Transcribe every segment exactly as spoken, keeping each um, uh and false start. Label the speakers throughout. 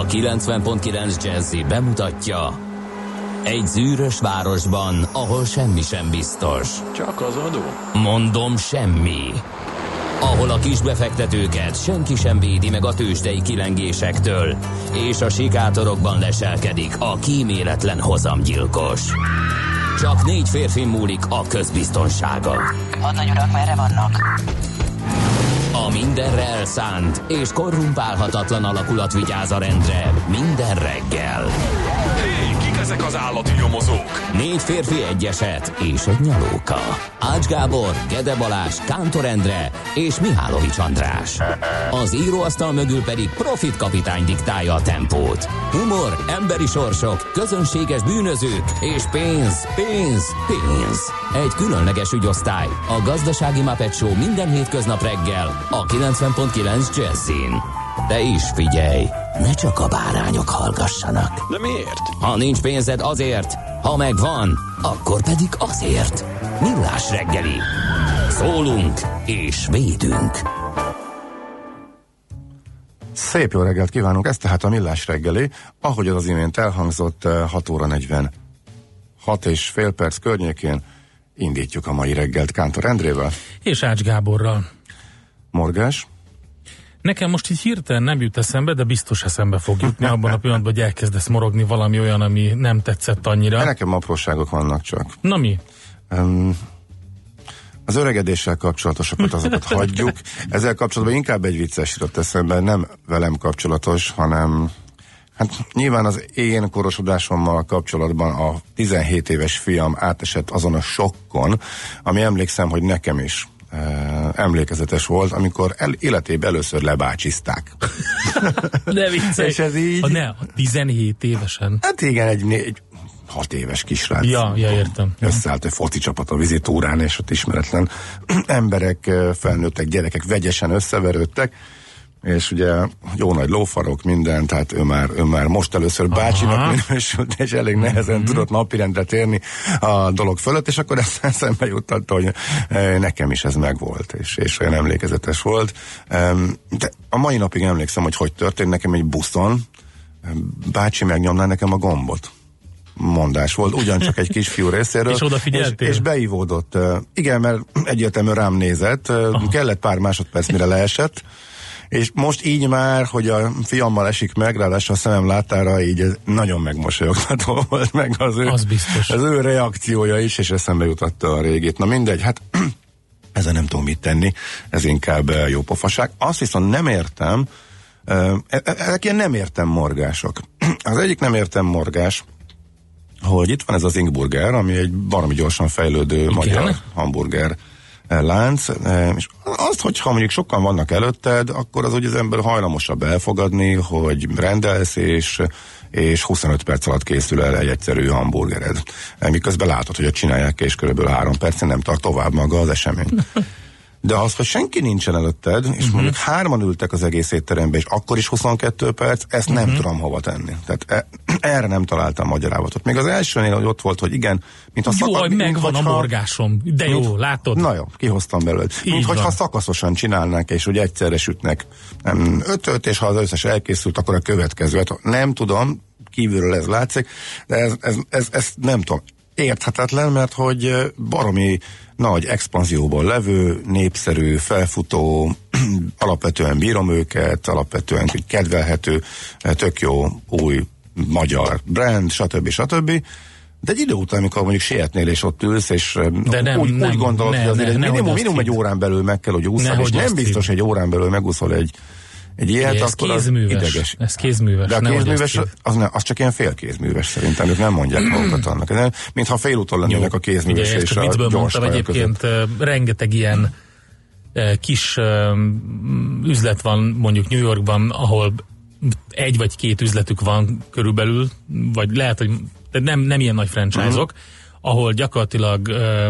Speaker 1: A kilencven pont kilenc Jazzy bemutatja: egy zűrös városban, ahol semmi sem biztos.
Speaker 2: Csak az adó?
Speaker 1: Mondom, semmi. Ahol a kisbefektetőket senki sem védi meg a tőzsdei kilengésektől, és a sikátorokban leselkedik a kíméletlen hozamgyilkos. Csak négy férfi múlik a közbiztonsága.
Speaker 3: Hadnagy urak, merre vannak?
Speaker 1: A mindenre elszánt és korrumpálhatatlan alakulat vigyáz a rendre minden reggel.
Speaker 2: Hé, kik ezek az állati nyomozók?
Speaker 1: Négy férfi, egy eset és egy nyalóka. Ács Gábor, Gede Balázs, Kántor Endre és Mihálovics András. Az íróasztal mögül pedig Profit kapitány diktálja a tempót. Humor, emberi sorsok, közönséges bűnözők és pénz, pénz, pénz. Egy különleges ügyosztály, a Gazdasági Muppet Show minden hétköznap reggel a kilencven pont kilenc Jazzyn. De is figyelj, ne csak a bárányok hallgassanak.
Speaker 2: De miért?
Speaker 1: Ha nincs pénzed, azért, ha megvan, akkor pedig azért. Millás reggeli. Szólunk és védünk.
Speaker 4: Szép jó reggelt kívánunk, ez tehát a Millás reggeli. Ahogy az az imént elhangzott, hat óra negyvenhat és fél perc környékén indítjuk a mai reggelt Kántor Endrével.
Speaker 5: És Ács Gáborral.
Speaker 4: Morgás.
Speaker 5: Nekem most így hirtelen nem jut eszembe, de biztos eszembe fog jutni abban a pillanatban, hogy elkezdesz morogni valami olyan, ami nem tetszett annyira.
Speaker 4: De nekem apróságok vannak csak.
Speaker 5: Na mi?
Speaker 4: Um, az öregedéssel kapcsolatosokat, azokat hagyjuk. Ezzel kapcsolatban inkább egy vicces jutott eszembe, nem velem kapcsolatos, hanem hát nyilván az én korosodásommal kapcsolatban a tizenhét éves fiam átesett azon a sokkon, ami emlékszem, hogy nekem is emlékezetes volt, amikor el, életében először lebácsizták.
Speaker 5: De vicces.
Speaker 4: És ez így...
Speaker 5: A ne, a tizenhét évesen.
Speaker 4: Hát igen, egy, egy hat éves kisrác.
Speaker 5: Ja, ja, értem.
Speaker 4: Összeállt egy foci csapat a vizitúrán, és ott ismeretlen emberek, felnőttek, gyerekek vegyesen összeverődtek, és ugye jó nagy lófarok, minden, tehát ő már, ő már most először bácsinak minősült, és elég nehezen mm-hmm. tudott napirendre térni a dolog fölött, és akkor ezt eszembe juttatta, hogy nekem is ez megvolt, és, és olyan emlékezetes volt. De a mai napig emlékszem, hogy hogy történt, nekem egy buszon bácsi megnyomná nekem a gombot. Mondás volt, ugyancsak egy kisfiú részéről.
Speaker 5: És odafigyeltél?
Speaker 4: És, és beívódott. Igen, mert egyértelműen rám nézett, Aha. kellett pár másodperc, mire leesett, és most így már, hogy a fiammal esik meg, ráadásul a szemem láttára, így ez nagyon megmosolyogtató volt meg az ő,
Speaker 5: az, az
Speaker 4: ő reakciója is, és eszembe jutatta a régét. Na mindegy, hát ezzel nem tudom mit tenni, ez inkább jó pofaság. Azt viszont nem értem, ezek ilyen nem értem morgások. Az egyik nem értem morgás, hogy itt van ez az Ingburger, ami egy baromi gyorsan fejlődő Igen. magyar hamburger lánc, és azt, hogyha mondjuk sokan vannak előtted, akkor az úgy az ember hajlamosabb elfogadni, hogy rendelsz, és, és huszonöt perc alatt készül el egy egyszerű hamburgered. Miközben látod, hogy csinálják, és körülbelül három percen nem tart tovább maga az esemény. De az, hogy senki nincsen előtted, és uh-huh. mondjuk hárman ültek az egész étterembe, és akkor is huszonkettő perc, ezt uh-huh. nem tudom hova tenni. Tehát e, erre nem találtam magyarávatot. Még az elsőnél, hogy ott volt, hogy igen, mint ha
Speaker 5: jó,
Speaker 4: szakad,
Speaker 5: hogy megvan a morgásom, de jó, mint, látod?
Speaker 4: Na jó, kihoztam belőle. Mint hogyha szakaszosan csinálnák, és hogy egyszerre sütnek nem, ötöt, és ha az összes elkészült, akkor a következő. Nem tudom, kívülről ez látszik, de ez, ez, ez, ez nem tudom. Érthetetlen, mert hogy baromi nagy expanzióból levő, népszerű, felfutó, alapvetően bírom őket, alapvetően kedvelhető, tök jó új magyar brand, stb. stb. De egy idő után, amikor mondjuk sietnél, és ott ülsz, és
Speaker 5: de nem,
Speaker 4: úgy,
Speaker 5: nem,
Speaker 4: úgy gondolod,
Speaker 5: ne,
Speaker 4: hogy azért
Speaker 5: ne,
Speaker 4: minimum, minimum egy órán belül meg kell, hogy úszol, és nem biztos, hogy egy órán belül megúszol egy egy ilyet,
Speaker 5: ez
Speaker 4: akkor
Speaker 5: kézműves.
Speaker 4: Az ideges.
Speaker 5: Ez kézműves.
Speaker 4: De a kézműves, az, ne, az csak ilyen félkézműves szerintem, ők nem mondják magukat annak. Mintha félúton lennének a kézműves
Speaker 5: ugye,
Speaker 4: és a,
Speaker 5: a
Speaker 4: gyors
Speaker 5: mondtam, egyébként között. Rengeteg ilyen kis üzlet van mondjuk New Yorkban, ahol egy vagy két üzletük van körülbelül, vagy lehet, hogy de nem, nem ilyen nagy franchise-ok, uh-huh. ahol gyakorlatilag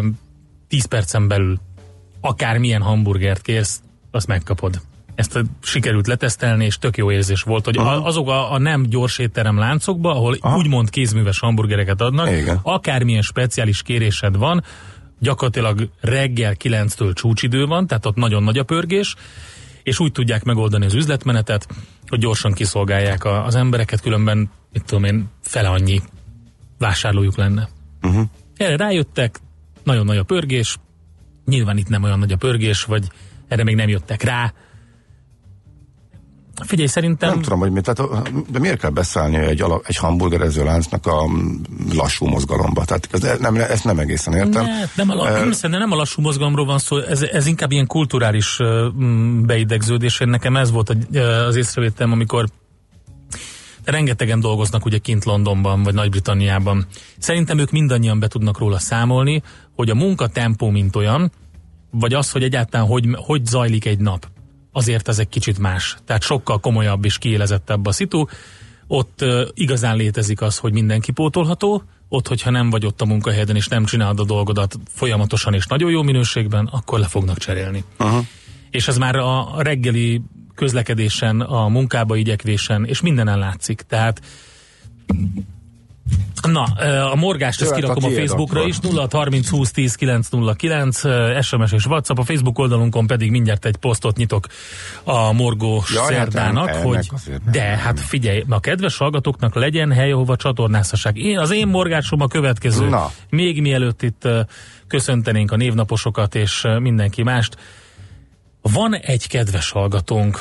Speaker 5: tíz percen belül akármilyen hamburgert kérsz, azt megkapod. Ezt sikerült letesztelni, és tök jó érzés volt, hogy uh-huh. azok a, a nem gyors étterem láncokba, ahol uh-huh. úgymond kézműves hamburgereket adnak, Igen. akármilyen speciális kérésed van, gyakorlatilag reggel kilenctől csúcsidő van, tehát ott nagyon nagy a pörgés, és úgy tudják megoldani az üzletmenetet, hogy gyorsan kiszolgálják a, az embereket, különben, mit tudom én, fele annyi vásárlójuk lenne. Uh-huh. Erre rájöttek, nagyon nagy a pörgés, nyilván itt nem olyan nagy a pörgés, vagy erre még nem jöttek rá. Figyelj, szerintem...
Speaker 4: Nem tudom, hogy mi, tehát, de miért kell beszállni egy, alap, egy hamburgerező láncnak a lassú mozgalomba? Tehát ez nem, ezt nem egészen értem.
Speaker 5: Ne, nem, a, uh, szerintem nem a lassú mozgalomról van szó, ez, ez inkább ilyen kulturális uh, beidegződés. Én nekem ez volt az észrevételem, amikor rengetegen dolgoznak ugye kint Londonban, vagy Nagy-Britanniában. Szerintem ők mindannyian be tudnak róla számolni, hogy a munkatempó mint olyan, vagy az, hogy egyáltalán hogy, hogy zajlik egy nap, azért ez egy kicsit más. Tehát sokkal komolyabb és kiélezettebb a szitu. Ott uh, igazán létezik az, hogy mindenki pótolható, ott, hogyha nem vagy ott a munkahelyeden, és nem csinálod a dolgodat folyamatosan és nagyon jó minőségben, akkor le fognak cserélni. Uh-huh. És ez már a reggeli közlekedésen, a munkába igyekvésen, és mindenen látszik. Tehát na, a morgást ezt kirakom a Facebookra akkor is, nulla hat harminc húsz tíz kilenc nulla kilenc, es em es és WhatsApp, a Facebook oldalunkon pedig mindjárt egy posztot nyitok a morgós ja, szerdának, hát hogy de hát figyelj, a kedves hallgatóknak legyen hely, ahova csatornázhassák. Én, az én morgásom a következő. Na. Még mielőtt itt uh, köszöntenénk a névnaposokat és uh, mindenki mást, van egy kedves hallgatónk,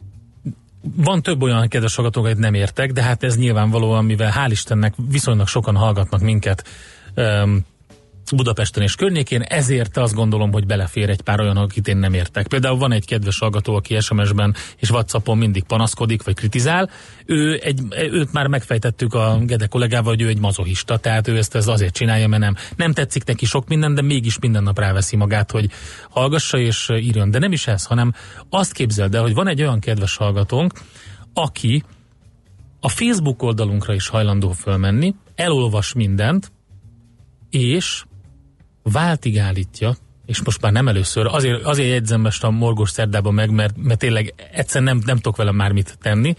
Speaker 5: van több olyan kedves hallgatók, amit nem értek, de hát ez nyilvánvalóan, mivel hál' Istennek viszonylag sokan hallgatnak minket um, Budapesten és környékén, ezért azt gondolom, hogy belefér egy pár olyan, akit én nem értek. Például van egy kedves hallgató, aki es em es-ben és WhatsAppon mindig panaszkodik, vagy kritizál. Ő egy, őt már megfejtettük a Gede kollégával, hogy ő egy mazohista, tehát ő ezt, ezt azért csinálja, mert nem, nem tetszik neki sok minden, de mégis minden nap ráveszi magát, hogy hallgassa és írjon. De nem is ez, hanem azt képzeld el, hogy van egy olyan kedves hallgatónk, aki a Facebook oldalunkra is hajlandó fölmenni, elolvas mindent, és váltig állítja, és most már nem először, azért, azért jegyzem ezt a morgós szerdában meg, mert, mert tényleg egyszerűen nem, nem tudok vele már mit tenni.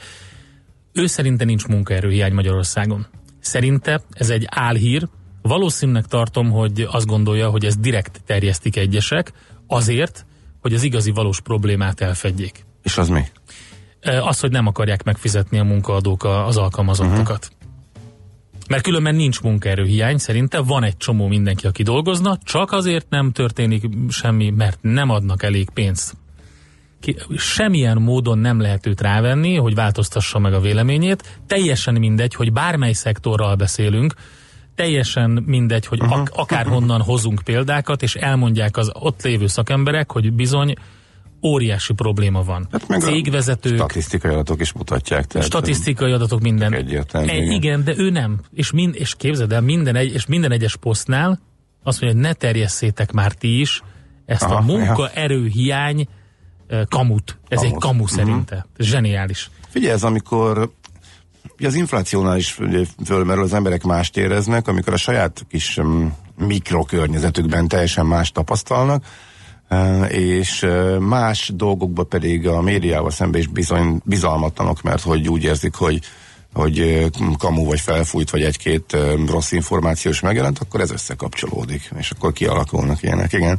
Speaker 5: Ő szerinte nincs munkaerőhiány Magyarországon. Szerinte ez egy álhír. Valószínűleg tartom, hogy azt gondolja, hogy ez direkt terjesztik egyesek, azért, hogy az igazi valós problémát elfedjék.
Speaker 4: És az mi?
Speaker 5: Az, hogy nem akarják megfizetni a munkaadók az alkalmazottakat. Uh-huh. Mert különben nincs munkaerőhiány, szerintem van egy csomó mindenki, aki dolgozna, csak azért nem történik semmi, mert nem adnak elég pénzt. Ki, semmilyen módon nem lehet őt rávenni, hogy változtassa meg a véleményét. Teljesen mindegy, hogy bármely szektorral beszélünk, teljesen mindegy, hogy ak- akárhonnan hozunk példákat, és elmondják az ott lévő szakemberek, hogy bizony óriási probléma van. Hát cégvezetők...
Speaker 4: Statisztikai adatok is mutatják. Tehát
Speaker 5: statisztikai adatok minden.
Speaker 4: Egyértelmű.
Speaker 5: E, igen, de ő nem. És, mind, és képzeld el, minden, egy, és minden egyes posztnál azt mondja, hogy ne terjesszétek már ti is ezt Aha, a munkaerőhiány ja. kamut. Ez Kamut. egy kamu szerinte. Mm-hmm. Zseniális.
Speaker 4: Figyelj, ez amikor az inflációnál is fölmerül, az emberek mást éreznek, amikor a saját kis um, mikrokörnyezetükben teljesen más tapasztalnak, Uh, és uh, más dolgokban pedig a médiával szemben is bizony bizalmatlanok, mert hogy úgy érzik, hogy, hogy uh, kamu vagy felfújt, vagy egy-két uh, rossz információ is megjelent, akkor ez összekapcsolódik, és akkor kialakulnak ilyenek. Igen,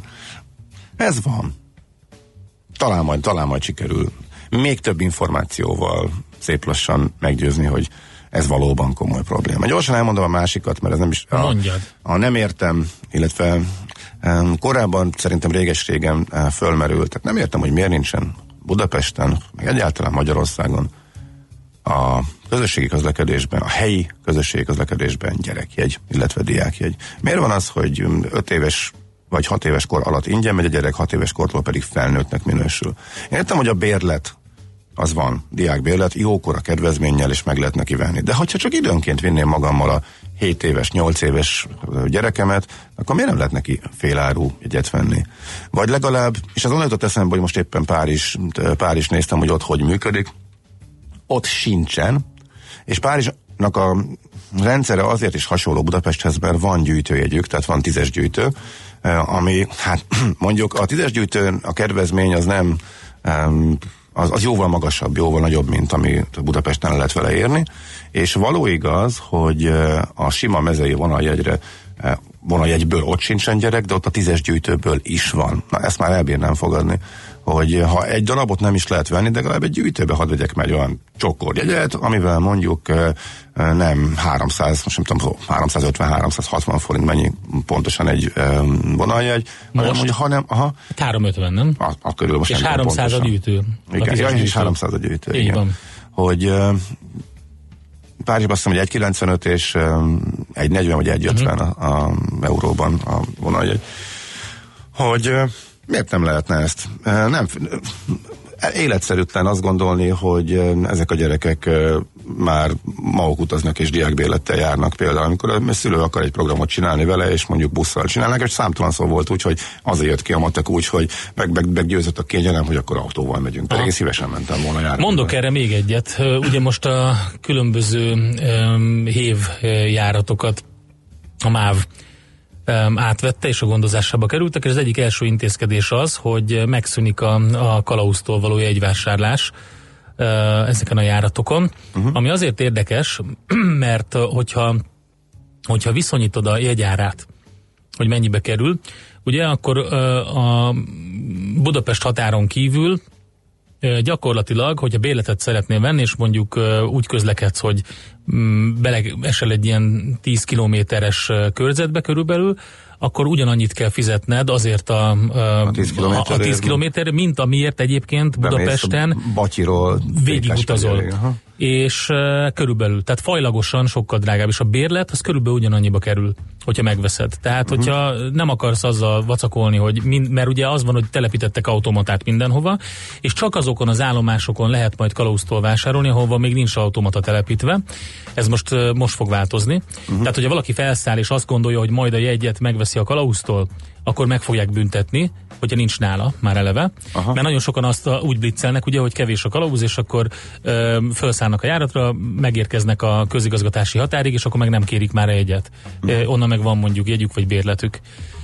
Speaker 4: ez van. Talán majd, talán majd sikerül még több információval szép lassan meggyőzni, hogy ez valóban komoly probléma. Gyorsan elmondom a másikat, mert ez nem is... A, a nem értem, illetve um, korábban szerintem réges-régen uh, fölmerült, tehát nem értem, hogy miért nincsen Budapesten, meg egyáltalán Magyarországon a közösségi közlekedésben, a helyi közösségi közlekedésben gyerekjegy, illetve diákjegy. Miért van az, hogy öt éves vagy hat éves kor alatt ingyen megy a gyerek, hat éves kortól pedig felnőttnek minősül? Én értem, hogy a bérlet az van, diákbérlet, jókora kedvezménnyel is meg lehet neki venni. De ha csak időnként vinném magammal a hét éves, nyolc éves gyerekemet, akkor miért nem lehet neki féláru jegyet venni? Vagy legalább, és azon jutott eszembe, hogy most éppen Párizs, Párizs néztem, hogy ott hogy működik, ott sincsen, és Párizsnak a rendszere azért is hasonló Budapesthez, mert van gyűjtőjegyük, tehát van tízes gyűjtő, ami, hát mondjuk a tízes gyűjtőn a kedvezmény az nem Az, az jóval magasabb, jóval nagyobb, mint ami Budapesten lehet vele érni, és való igaz, hogy a sima mezei vonaljegyre vonalgyből ott sincsen gyerek, de ott a tízes gyűjtőből is van. Na, ezt már elbírnám fogadni, hogy ha egy darabot nem is lehet venni, de legalább egy gyűjtőbe hadd vegyek meg olyan csokorjegyet, amivel mondjuk nem háromszáz, most nem tudom, háromszázötven-háromszázhatvan forint mennyi pontosan egy vonaljegy,
Speaker 5: most?
Speaker 4: hanem, aha.
Speaker 5: háromszázötven, nem?
Speaker 4: A, a körül most
Speaker 5: és
Speaker 4: nem
Speaker 5: háromszáz a gyűjtő.
Speaker 4: Igen, ja, és háromszáz a gyűjtő.
Speaker 5: Így
Speaker 4: igen.
Speaker 5: van.
Speaker 4: Hogy Párizsban azt hiszem, hogy egy egész kilencvenöt és egy negyven vagy egy ötven uh-huh. a, a euróban a vonaljegy. Hogy miért nem lehetne ezt? Nem, életszerűtlen azt gondolni, hogy ezek a gyerekek már maguk utaznak és diákbérlettel járnak például, amikor a szülő akar egy programot csinálni vele, és mondjuk busszal csinálnak, és számtalan szó volt úgy, hogy azért jött ki a matek úgy, hogy meg, meg, meggyőzött a kényelem, hogy akkor autóval megyünk. Pedig szívesen mentem volna járni.
Speaker 5: Mondok erre még egyet. Ugye most a különböző um, hév járatokat a MÁV um, átvette, és a gondozásába kerültek, és az egyik első intézkedés az, hogy megszűnik a, a kalauztól való jegyvásárlás uh, ezeken a járatokon, uh-huh. ami azért érdekes, mert hogyha, hogyha viszonyítod a jegyárát, hogy mennyibe kerül, ugye akkor uh, a Budapest határon kívül uh, gyakorlatilag, hogyha bérletet szeretnél venni, és mondjuk uh, úgy közlekedsz, hogy um, beleesel egy ilyen tíz kilométeres uh, körzetbe körülbelül, akkor ugyanannyit kell fizetned azért a, a, a tíz kilométerre, mint amiért egyébként Budapesten
Speaker 4: Batyiról
Speaker 5: végigutazol. És uh, körülbelül, tehát fajlagosan sokkal drágább, és a bérlet az körülbelül ugyanannyiba kerül, hogyha megveszed. Tehát, uh-huh. hogyha nem akarsz azzal vacakolni, hogy mind, mert ugye az van, hogy telepítettek automatát mindenhova, és csak azokon az állomásokon lehet majd kalauztól vásárolni, ahova még nincs automata telepítve. Ez most, uh, most fog változni. Uh-huh. Tehát, hogyha valaki felszáll, és azt gondolja, hogy majd a jegyet megveszi a kalauztól, akkor meg fogják büntetni, hogyha nincs nála már eleve. Aha. Mert nagyon sokan azt úgy blitzelnek, ugye, hogy kevés a kalauz, és akkor ö, felszállnak a járatra, megérkeznek a közigazgatási határig, és akkor meg nem kérik már egyet. Hm. Ö, onnan meg van mondjuk jegyük vagy bérletük.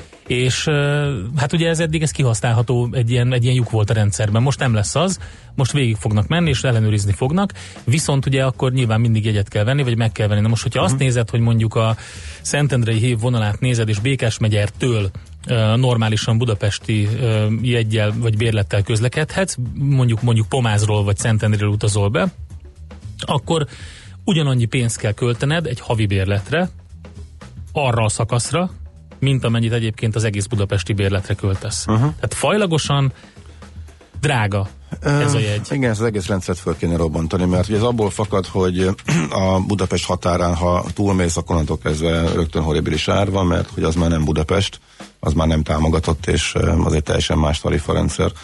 Speaker 5: És ö, hát ugye ez eddig ez kihasználható, egy ilyen, egy ilyen lyuk volt a rendszerben. Most nem lesz az, most végig fognak menni, és ellenőrizni fognak, viszont ugye akkor nyilván mindig jegyet kell venni, vagy meg kell venni. Na most, hogyha uh-huh. azt nézed, hogy mondjuk a Szentendrei hév vonalát nézed, és Békásmegyertől uh, normálisan budapesti uh, jeggyel vagy bérlettel közlekedhetsz, mondjuk mondjuk Pomázról vagy Szentendréről utazol be, akkor ugyanannyi pénzt kell költened egy havi bérletre, arra a szakaszra, mint amennyit egyébként az egész budapesti bérletre költesz. Uh-huh. Tehát fajlagosan drága ez a jegy.
Speaker 4: Uh, igen, ez az egész rendszert föl kéne robbantani, mert ugye ez abból fakad, hogy a Budapest határán, ha túlmész, akkor onnantól kezdve rögtön horribilis ár van, mert hogy az már nem Budapest, az már nem támogatott, és az egy teljesen más tarifarendszer.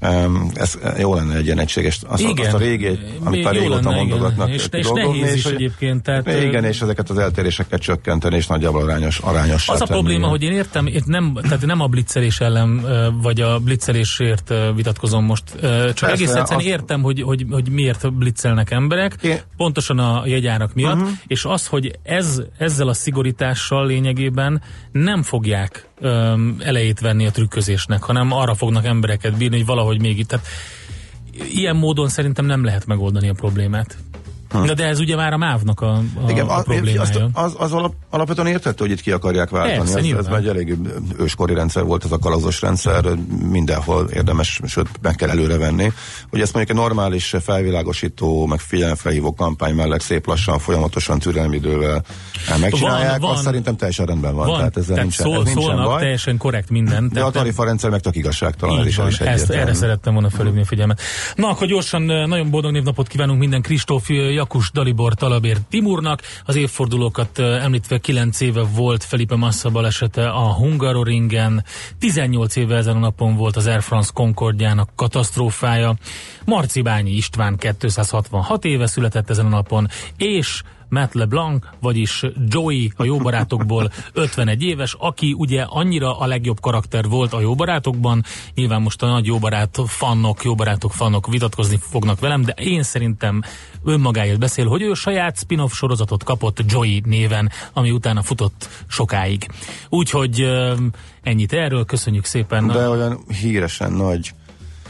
Speaker 4: Ez jó lenne egy ilyen egységes, azt, igen, azt a régi, amit a régóta mondogatnak.
Speaker 5: És, és nehéz is egyébként. Tehát,
Speaker 4: igen, és ezeket az eltéréseket csökkenteni, és nagyjából arányos, arányos.
Speaker 5: Az a probléma, igen. Hogy én értem, én nem, tehát nem a blitzelés ellen, vagy a blitzelésért vitatkozom most, csak persze, egész egyszerűen azt... értem, hogy, hogy, hogy miért blitzelnek emberek, én... pontosan a jegyárak miatt, uh-huh. és az, hogy ez, ezzel a szigorítással lényegében nem fogják um, elejét venni a trükközésnek, hanem arra fognak embereket bírni, hogy valahogy még itt. Tehát ilyen módon szerintem nem lehet megoldani a problémát. Hm. De, de ez ugye már a mávnak a, a, igen, a problémája. Azt,
Speaker 4: az az alap, alapvetően érthető, hogy itt ki akarják váltani. Persze, ez, ez már egy elég őskori rendszer volt, ez a kalauzos rendszer, mindenhol érdemes, sőt meg kell előre venni. Hogy ezt mondjuk egy normális felvilágosító, meg figyelemfelhívó kampány mellett szép lassan, folyamatosan türelmidővel megcsinálják, van, van, azt szerintem teljesen rendben van.
Speaker 5: van.
Speaker 4: Tehát ezzel
Speaker 5: tehát
Speaker 4: nincsen,
Speaker 5: szól,
Speaker 4: ez nincsen
Speaker 5: szólnak,
Speaker 4: baj.
Speaker 5: Teljesen korrekt minden.
Speaker 4: De a tarifarendszer meg tök igazságtalan, ez is, is
Speaker 5: egyértelmű. Erre szerettem volna felhívni a figyelmet. Na, akkor gyorsan nagyon boldog névnapot kívánunk minden Kristóf, Jakus, Dalibor, Talabér Timurnak. Az évfordulókat említve kilenc éve volt Felipe Massa balesete a Hungaroringen, tizennyolc éve ezen a napon volt az Air France Concordjának katasztrófája, Marcibányi István kétszázhatvanhat éve született ezen a napon, és Matt LeBlanc, vagyis Joey a Jó Barátokból ötvenegy éves, aki ugye annyira a legjobb karakter volt a Jó Barátokban, nyilván most a nagy Jó Barát fannok, Jó Barátok fannok vitatkozni fognak velem, de én szerintem önmagáért beszél, hogy ő saját spin-off sorozatot kapott Joey néven, ami utána futott sokáig. Úgyhogy ennyit erről, köszönjük szépen.
Speaker 4: De olyan híresen nagy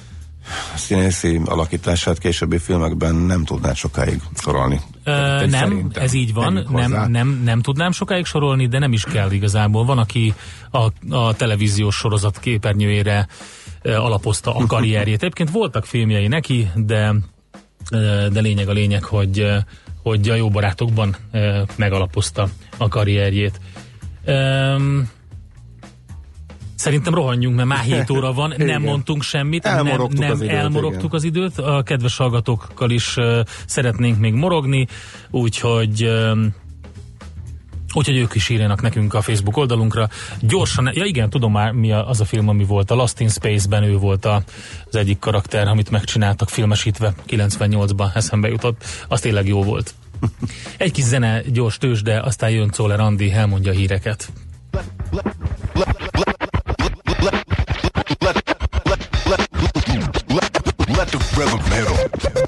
Speaker 4: színészi alakítását későbbi filmekben nem tudnád sokáig sorolni.
Speaker 5: Ö, nem, ez így van, nem, nem, nem tudnám sokáig sorolni, de nem is kell igazából. Van, aki a, a televíziós sorozat képernyőjére ö, alapozta a karrierjét. Egyébként voltak filmjei neki, de, ö, de lényeg a lényeg, hogy, ö, hogy a Jó barátokban ö, megalapozta a karrierjét. Ö, Szerintem rohanjunk, mert már hét óra van, nem mondtunk semmit,
Speaker 4: elmorogtuk
Speaker 5: nem, nem
Speaker 4: az időt,
Speaker 5: elmorogtuk
Speaker 4: igen.
Speaker 5: az időt, a kedves hallgatókkal is uh, szeretnénk még morogni, úgyhogy uh, úgyhogy ők is írjanak nekünk a Facebook oldalunkra. Gyorsan, ja igen, tudom már mi az a film, ami volt, a Lost in Space-ben ő volt a, az egyik karakter, amit megcsináltak filmesítve, kilencvennyolcban eszembe jutott, az tényleg jó volt. Egy kis zene, gyors tőzsde, aztán jön Czoller Andi, elmondja a híreket.
Speaker 2: Let the rhythm hit 'em.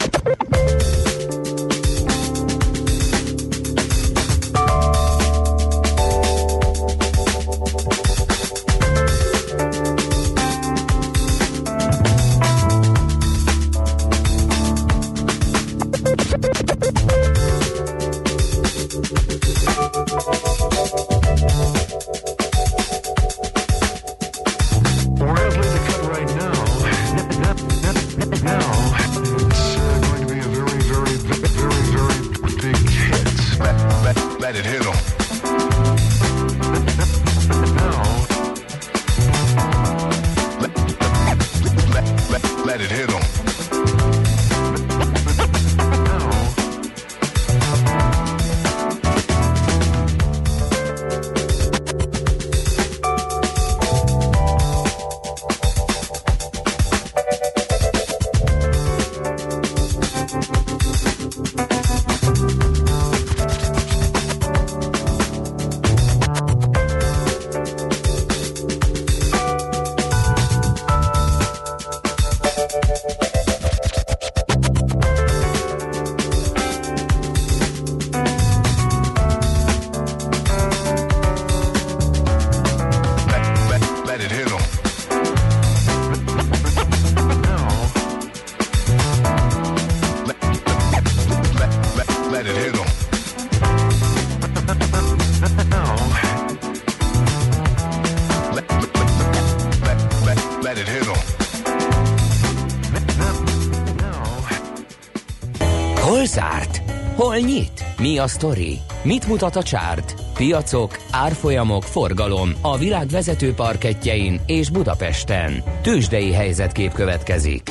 Speaker 1: Hol nyit? Mi a sztori? Mit mutat a csárt? Piacok, árfolyamok, forgalom a világ vezető parkettjein és Budapesten. Tőzsdei helyzetkép következik.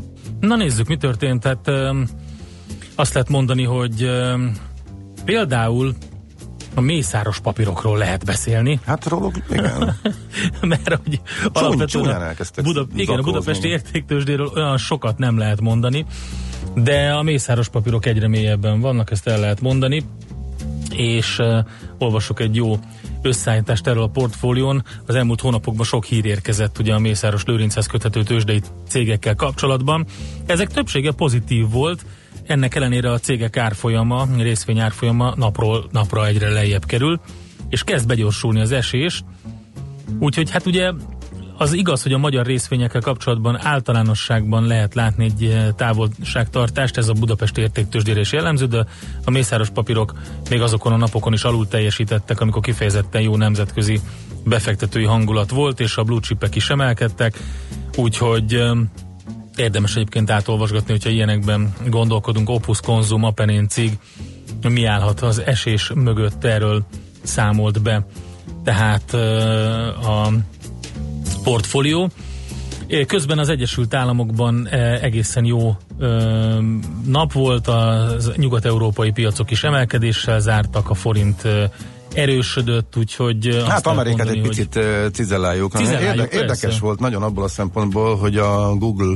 Speaker 5: Na nézzük, mi történt. Tehát ö, azt lehet mondani, hogy ö, például a mészáros papírokról lehet beszélni.
Speaker 4: Hát róluk, igen.
Speaker 5: Mert hogy alapvetően a, Buda, igen, a budapesti értéktőzsdéről olyan sokat nem lehet mondani, de a mészáros papírok egyre mélyebben vannak, ezt el lehet mondani, és uh, olvasok egy jó összeállítást erről a portfólión. Az elmúlt hónapokban sok hír érkezett ugye a Mészáros Lőrinchez köthető tőzsdei cégekkel kapcsolatban. Ezek többsége pozitív volt, ennek ellenére a cégek árfolyama, részvény árfolyama napról napra egyre lejjebb kerül, és kezd begyorsulni az esés. Úgyhogy hát ugye az igaz, hogy a magyar részvényekkel kapcsolatban általánosságban lehet látni egy távolságtartást, ez a budapesti értéktőzsdére is jellemző, de a mészáros papírok még azokon a napokon is alul teljesítettek, amikor kifejezetten jó nemzetközi befektetői hangulat volt, és a blue chipek is emelkedtek, úgyhogy érdemes egyébként átolvasgatni, hogyha ilyenekben gondolkodunk. Opus, Konzum, Apenin cég, mi állhat az esés mögött, erről számolt be tehát a portfólió. Közben az Egyesült Államokban egészen jó nap volt, a nyugat-európai piacok is emelkedéssel zártak, a forint erősödött, úgyhogy...
Speaker 4: Hát Amerikát mondani, egy picit hogy... cizelláljuk.
Speaker 5: cizelláljuk
Speaker 4: Érde, érdekes volt nagyon abból a szempontból, hogy a Google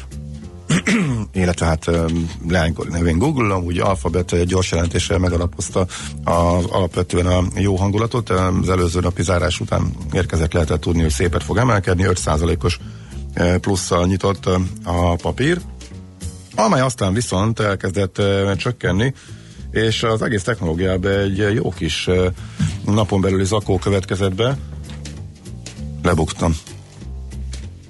Speaker 4: illetve hát leánykori nevén Google, amúgy Alphabet gyors jelentéssel megalapozta az alapvetően a jó hangulatot. Az előző napi zárás után érkezett, lehetett tudni, hogy szépet fog emelkedni, öt százalékos plusszal nyitott a papír, amely aztán viszont elkezdett csökkenni, és az egész technológiában egy jó kis napon belüli zakó következett be. Lebuktam.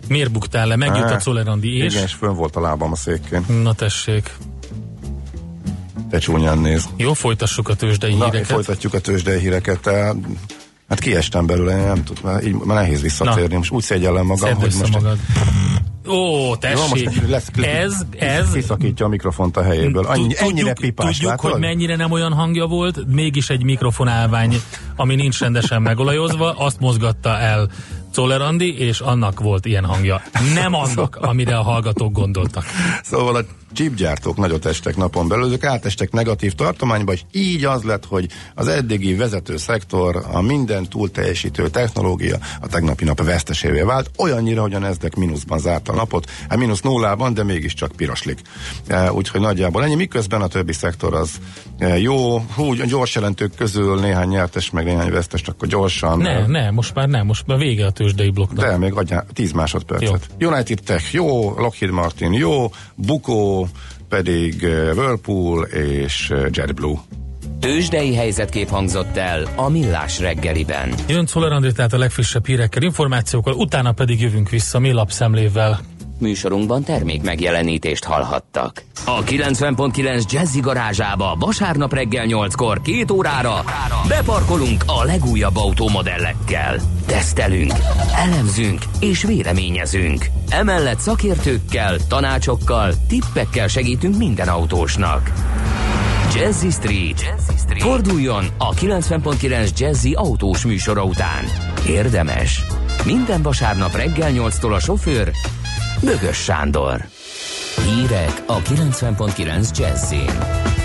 Speaker 5: Miért buktál le? Megjött
Speaker 4: Há,
Speaker 5: a Czoller Andi, és?
Speaker 4: Igen, és fönn volt a lábam a székén.
Speaker 5: Na tessék.
Speaker 4: Te csúnyán néz.
Speaker 5: Jó, folytassuk a tőzsdei
Speaker 4: Na,
Speaker 5: híreket.
Speaker 4: folytatjuk a tőzsdei híreket. Te, hát kiestem belőle, nem tudom, már, így, már nehéz visszatérni. Most úgy szégyellem magam,
Speaker 5: Szedd
Speaker 4: hogy
Speaker 5: össze
Speaker 4: most...
Speaker 5: magad. Ó, tessék,
Speaker 4: Jó, most lesz,
Speaker 5: ez, ez...
Speaker 4: kiszakítja a mikrofont a helyéből. Annyi, ennyire pipás,
Speaker 5: tudjuk,
Speaker 4: látod?
Speaker 5: hogy mennyire nem olyan hangja volt, mégis egy mikrofonálvány, ami nincs rendesen megolajozva, azt mozgatta el Czoller Andi, és annak volt ilyen hangja. Nem annak, amire a hallgatók gondoltak.
Speaker 4: Szóval a chipgyártók nagyot estek napon belül, ők átestek negatív tartományba, és így az lett, hogy az eddigi vezető szektor, a minden túl teljesítő technológia a tegnapi nap vesztesévé vált, olyannyira, hogy a Nasdaq mínuszban zárta a napot, hát mínusz nullában, de mégiscsak piroslik. E, úgyhogy nagyjából ennyi, miközben a többi szektor az e, jó, hú, gyors jelentők közül néhány nyertes, meg néhány vesztest, akkor gyorsan.
Speaker 5: Ne, ne, most már nem, most már vége a tőzsdei blokknak.
Speaker 4: De még adjál tíz másodpercet. Jó. United Tech jó, Lockheed Martin jó, Bukó pedig Whirlpool és JetBlue.
Speaker 1: Tőzsdei helyzetkép hangzott el a Millás reggeliben.
Speaker 5: Jön Czoller Andi, tehát a legfrissebb hírekkel, információkkal, utána pedig jövünk vissza mi lapszemlévvel.
Speaker 1: Műsorunkban termék megjelenítést hallhattak. A kilencven pont kilenc Jazzy garázsába vasárnap reggel nyolckor két órára beparkolunk a legújabb autómodellekkel. Tesztelünk, elemzünk és véleményezünk. Emellett szakértőkkel, tanácsokkal, tippekkel segítünk minden autósnak. Jazzy Street. Jazzy Street. Forduljon a kilencven pont kilenc Jazzy autós műsora után. Érdemes. Minden vasárnap reggel nyolctól a sofőr Bögös Sándor. Hírek a kilencven pont kilenc Jazzyn.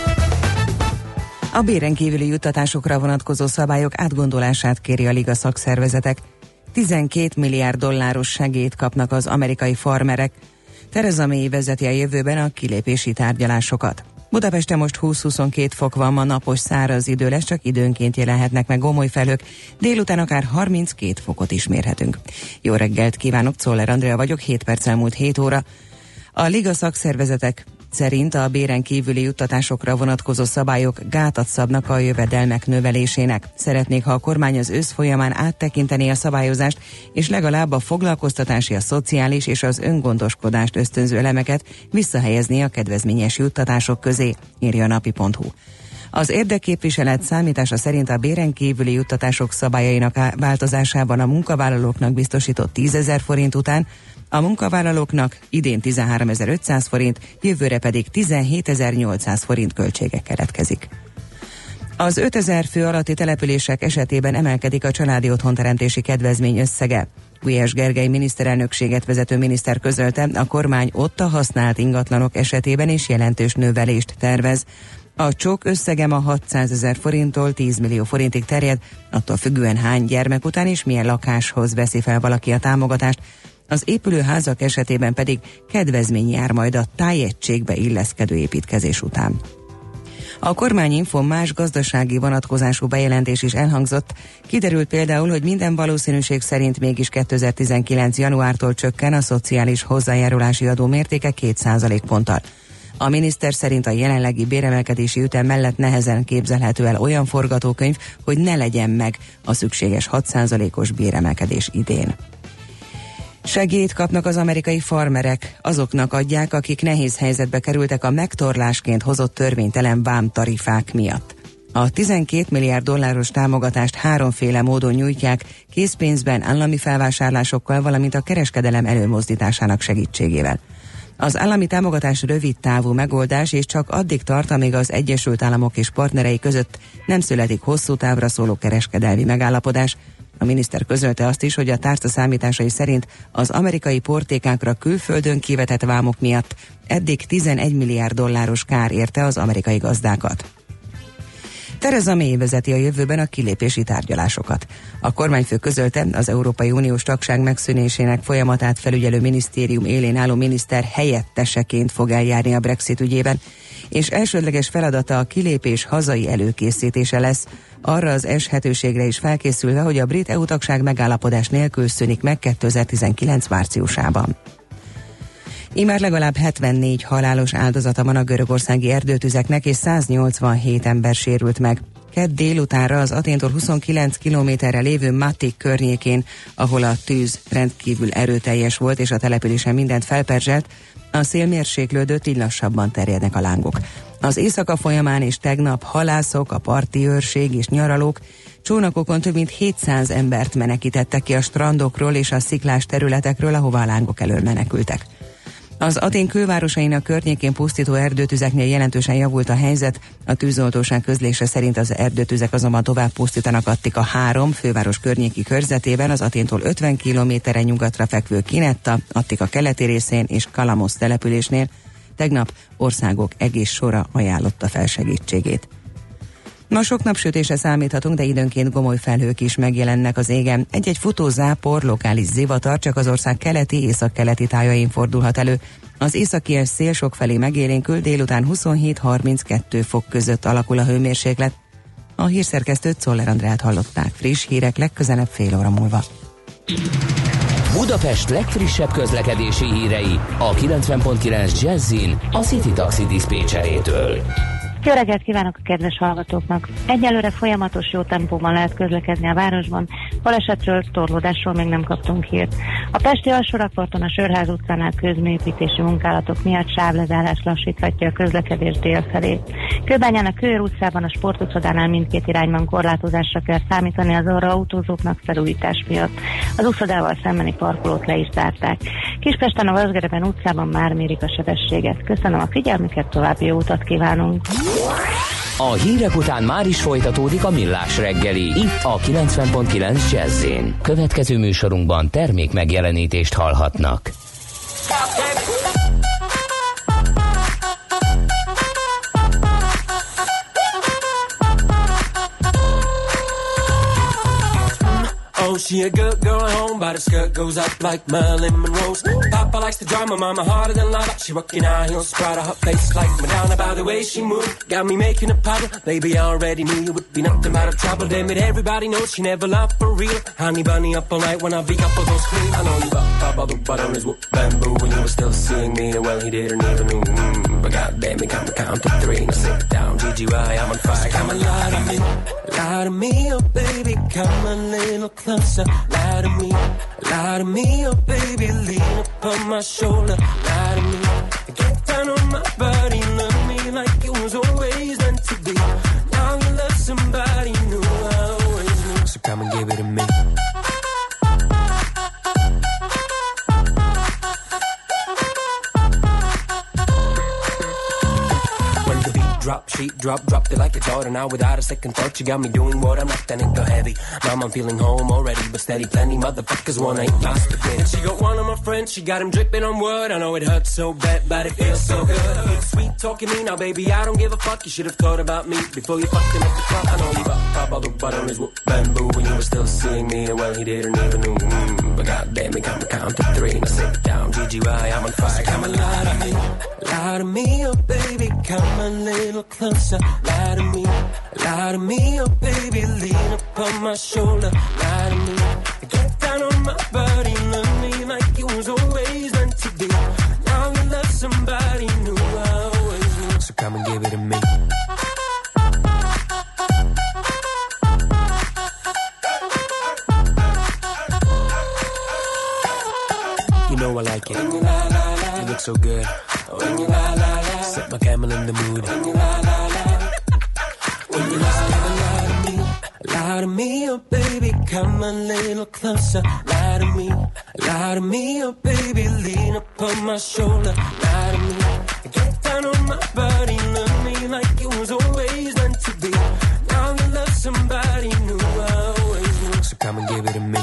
Speaker 6: A béren kívüli juttatásokra vonatkozó szabályok átgondolását kéri a liga szakszervezetek. tizenkét milliárd dolláros segélyt kapnak az amerikai farmerek. Theresa May vezeti a jövőben a kilépési tárgyalásokat. Budapesten most húsz-huszonkettő fok van, ma napos száraz idő lesz, csak időnként jelenhetnek meg gomoly felhők, délután akár harminckét fokot is mérhetünk. Jó reggelt kívánok, Czoller Andrea vagyok, hét perc elmúlt hét óra. A liga szakszervezetek szerint a béren kívüli juttatásokra vonatkozó szabályok gátat szabnak a jövedelmek növelésének. Szeretnék, ha a kormány az ősz folyamán áttekintené a szabályozást, és legalább a foglalkoztatási, a szociális és az öngondoskodást ösztönző elemeket visszahelyezni a kedvezményes juttatások közé, írja a napi pont hu. Az érdekképviselet számítása szerint a béren kívüli juttatások szabályainak változásában a munkavállalóknak biztosított tízezer forint után a munkavállalóknak idén tizenháromezer-ötszáz forint, jövőre pedig tizenhétezer-nyolcszáz forint költsége keletkezik. Az ötezer fő alatti települések esetében emelkedik a családi otthonteremtési kedvezmény összege. Gulyás Gergely miniszterelnökséget vezető miniszter közölte, a kormány ott a használt ingatlanok esetében is jelentős növelést tervez. A csok összege ma hatszázezer forinttól tíz millió forintig terjed, attól függően hány gyermek után és milyen lakáshoz veszi fel valaki a támogatást. Az épülőházak esetében pedig kedvezmény jár majd a tájegységbe illeszkedő építkezés után. A kormányinfon más gazdasági vonatkozású bejelentés is elhangzott. Kiderült például, hogy minden valószínűség szerint mégis kétezer-tizenkilenc januártól csökken a szociális hozzájárulási adó mértéke két százalékponttal. A miniszter szerint a jelenlegi béremelkedési ütem mellett nehezen képzelhető el olyan forgatókönyv, hogy ne legyen meg a szükséges hat százalékos béremelkedés idén. Segélyt kapnak az amerikai farmerek, azoknak adják, akik nehéz helyzetbe kerültek a megtorlásként hozott törvénytelen vámtarifák miatt. A tizenkét milliárd dolláros támogatást háromféle módon nyújtják, készpénzben, állami felvásárlásokkal, valamint a kereskedelem előmozdításának segítségével. Az állami támogatás rövid távú megoldás, és csak addig tart, amíg az Egyesült Államok és partnerei között nem születik hosszú távra szóló kereskedelmi megállapodás. A miniszter közölte azt is, hogy a tárca számításai szerint az amerikai portékákra külföldön kivetett vámok miatt eddig tizenegy milliárd dolláros kár érte az amerikai gazdákat. Theresa May vezeti a jövőben a kilépési tárgyalásokat. A kormányfő közölte, az Európai Uniós tagság megszűnésének folyamatát felügyelő minisztérium élén álló miniszter helyetteseként fog eljárni a Brexit ügyében, és elsődleges feladata a kilépés hazai előkészítése lesz, arra az eshetőségre is felkészülve, hogy a brit é u tagság megállapodás nélkül szűnik meg kétezer-tizenkilenc márciusában. Immár legalább hetvennégy halálos áldozata van a görögországi erdőtüzeknek, és száznyolcvanhét ember sérült meg. kedd délutánra az Athéntól huszonkilenc kilométerre lévő Matic környékén, ahol a tűz rendkívül erőteljes volt és a településen mindent felperzselt, a szél mérséklődött, így lassabban terjednek a lángok. Az éjszaka folyamán és tegnap halászok, a parti őrség és nyaralók csónakokon több mint hétszáz embert menekítettek ki a strandokról és a sziklás területekről, ahova a lángok elől menekültek. Az Athén külvárosainak környékén pusztító erdőtüzeknél jelentősen javult a helyzet, a tűzoltóság közlése szerint az erdőtüzek azonban tovább pusztítanak Attika három főváros környéki körzetében, az Athéntól ötven kilométerre nyugatra fekvő Kinetta, Attika keleti részén és Kalamos településnél. Tegnap országok egész sora ajánlotta fel segítségét. Ma sok napsütésre számíthatunk, de időnként gomoly felhők is megjelennek az égen. Egy-egy futó zápor, lokális zivatar csak az ország keleti, északkeleti tájain fordulhat elő. Az északies szél sokfelé megélénkül, délután huszonhét harminckettő fok között alakul a hőmérséklet. A hírszerkesztőt, Czoller Andrát hallották. Friss hírek legközelebb fél óra múlva.
Speaker 1: Budapest legfrissebb közlekedési hírei a kilencven pont kilenc Jazzin a City Taxi diszpécserétől.
Speaker 7: Jó reggelt kívánok a kedves hallgatóknak! Egyelőre folyamatos jó tempóban lehet közlekedni a városban, balesetről, torlódásról még nem kaptunk hírt. A pesti alsórakparton a Sörház utcánál közműépítési munkálatok miatt sávlezárás lassíthatja a közlekedés dél felé. Kőbányán a Kőér utcában a Sport utcadánál mindkét irányban korlátozásra kell számítani az arra autózóknak felújítás miatt. Az úszodával szembeni parkolót le is zárták. Kispesten a Vaszgereben utcában már mérik a sebességet. Köszönöm a figyelmüket, további jó utat kívánunk!
Speaker 1: A hírek után már is folytatódik a Millás reggeli, itt a kilencven pont kilenc Jazz-én. Következő műsorunkban termék megjelenítést hallhatnak.
Speaker 8: Oh, she a good girl at home, but her skirt goes up like Marilyn Monroe's. Papa likes to drive my mama harder than lava. She rockin' high heels, proud of her face like Madonna by the way she moved. Got me making a puddle, baby I already knew you would be nothing but a trouble. Damn it, everybody knows she never loved for real. Honey bunny up all night when I be up all those scream. I know you bought Papa the butter is whoop bamboo when you were still seeing me. Well, he didn't even know. Mm, but goddamn, he come to count to three. Now sit down, G G Y, I'm on fire. Come and lie to me, lie to me, oh baby, come a little closer. Lie to me, lie to me, oh baby, lean upon my shoulder. Lie to me, get down on my body, love me like it was always meant to be. Now you love somebody new, I always knew. So come and give it to me. Drop, sheet, drop, dropped it like it's order. Now without a second thought, you got me doing what I'm not, then it go heavy. Mom, I'm feeling home already, but steady, plenty motherfuckers one ain't lost a bit. And she got one of my friends, she got him dripping on wood. I know it hurts so bad, but it feels so good. Sweet talking me, now baby, I don't give a fuck. You should have thought about me before you fucked him at the club. I know you bought Pop all the butter is whoop bamboo when you were still seeing me. Well, he didn't even know. Mm, but goddamn, he come to count to three. Now sit down, G G Y, I'm on fire. Come and lie to me, lie to me, oh baby, come a little closer. Lie to me, lie to me, oh baby, lean upon my shoulder. Lie to me, get down on my body, love me like it was always meant to be. Now you love somebody new, I always knew. So come and give it to me. You know I like it. When you, la, la, la. You look so good. When you la la la. Set my camel in the mood. When you la la la. When you la la la to me, lie to me, oh baby, come a little closer. Lie to me, lie to me, oh baby, lean upon my shoulder. Lie to me, get down on my body, love me like it was always meant to be. Now you love somebody new, I always knew. So come and give it to me.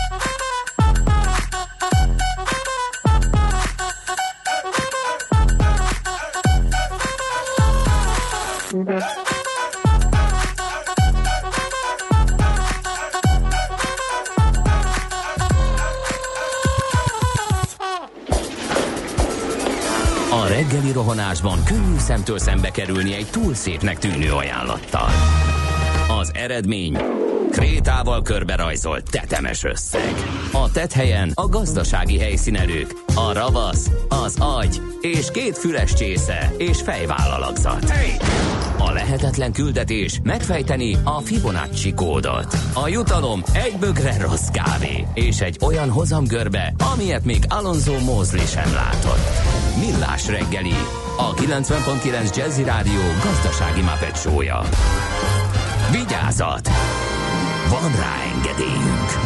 Speaker 1: A reggeli rohanásban könnyű szemtől szembe kerülni egy túl szépnek tűnő ajánlattal. Az eredmény krétával körberajzolt tetemes összeg. A tetthelyen a gazdasági helyszínelők, a ravasz, az agy és két füles csésze és fejvállalakzat. A lehet lehetetlen küldetés megfejteni a Fibonacci kódot. A jutalom egy bögre rossz kávé és egy olyan hozamgörbe, amilyet még Alonso Mosley sem látott. Millás reggeli, a kilencven pont kilenc Jazzy Rádió gazdasági Muppet show-ja. Vigyázat! Van rá engedélyünk!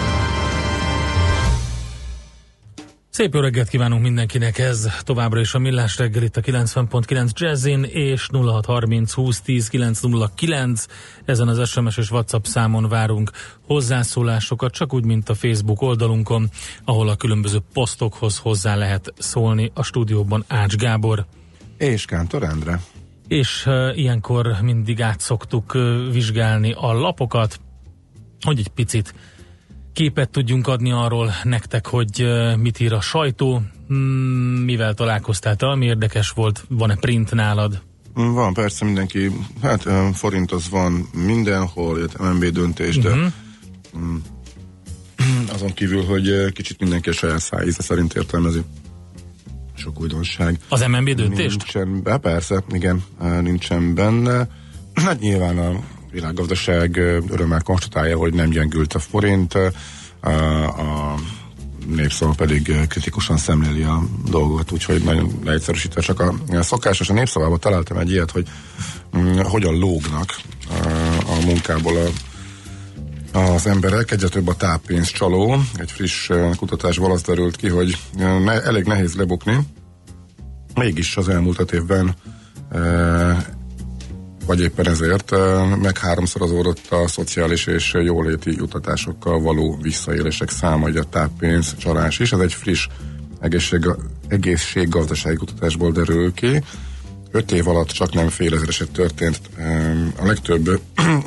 Speaker 5: Szép jó reggelt kívánunk mindenkinek, ez továbbra is a Millás reggel itt a kilencven pont kilenc Jazzin, és nulla hat harminc húsz tíz kilenc nulla kilenc, ezen az es em es és WhatsApp számon várunk hozzászólásokat, csak úgy, mint a Facebook oldalunkon, ahol a különböző posztokhoz hozzá lehet szólni. A stúdióban Ács Gábor.
Speaker 4: És Kántor Endre.
Speaker 5: És uh, ilyenkor mindig át szoktuk uh, vizsgálni a lapokat, hogy egy picit képet tudjunk adni arról nektek, hogy uh, mit ír a sajtó, hmm, mivel találkoztál te, ami érdekes volt, van-e print nálad?
Speaker 4: Van, persze, mindenki, hát forint az van mindenhol, em en bé döntés, de uh-huh. um, azon kívül, hogy kicsit mindenki a saját szájíze szerint értelmezi. Sok újdonság.
Speaker 5: Az em en bé döntést?
Speaker 4: Nincsen, be, persze, igen, nincsen benne. Hát nyilván a világgazdaság örömmel konstatálja, hogy nem gyengült a forint, a, a Népszava pedig kritikusan szemléli a dolgot, úgyhogy nagyon leegyszerűsítve csak a szokásos. A Népszavában találtam egy ilyet, hogy mm, hogyan lógnak a, a munkából a, az emberek, egyre több a táppénzcsaló. Egy friss kutatásból az derült ki, hogy ne, elég nehéz lebukni, mégis az elmúlt öt évben e, vagy éppen ezért meg háromszorozódott a szociális és jóléti juttatásokkal való visszaélések száma, hogy a táppénz csalás is. Ez egy friss egészség, egészséggazdasági kutatásból derül ki. Öt év alatt csak nem fél ezer eset történt. A legtöbb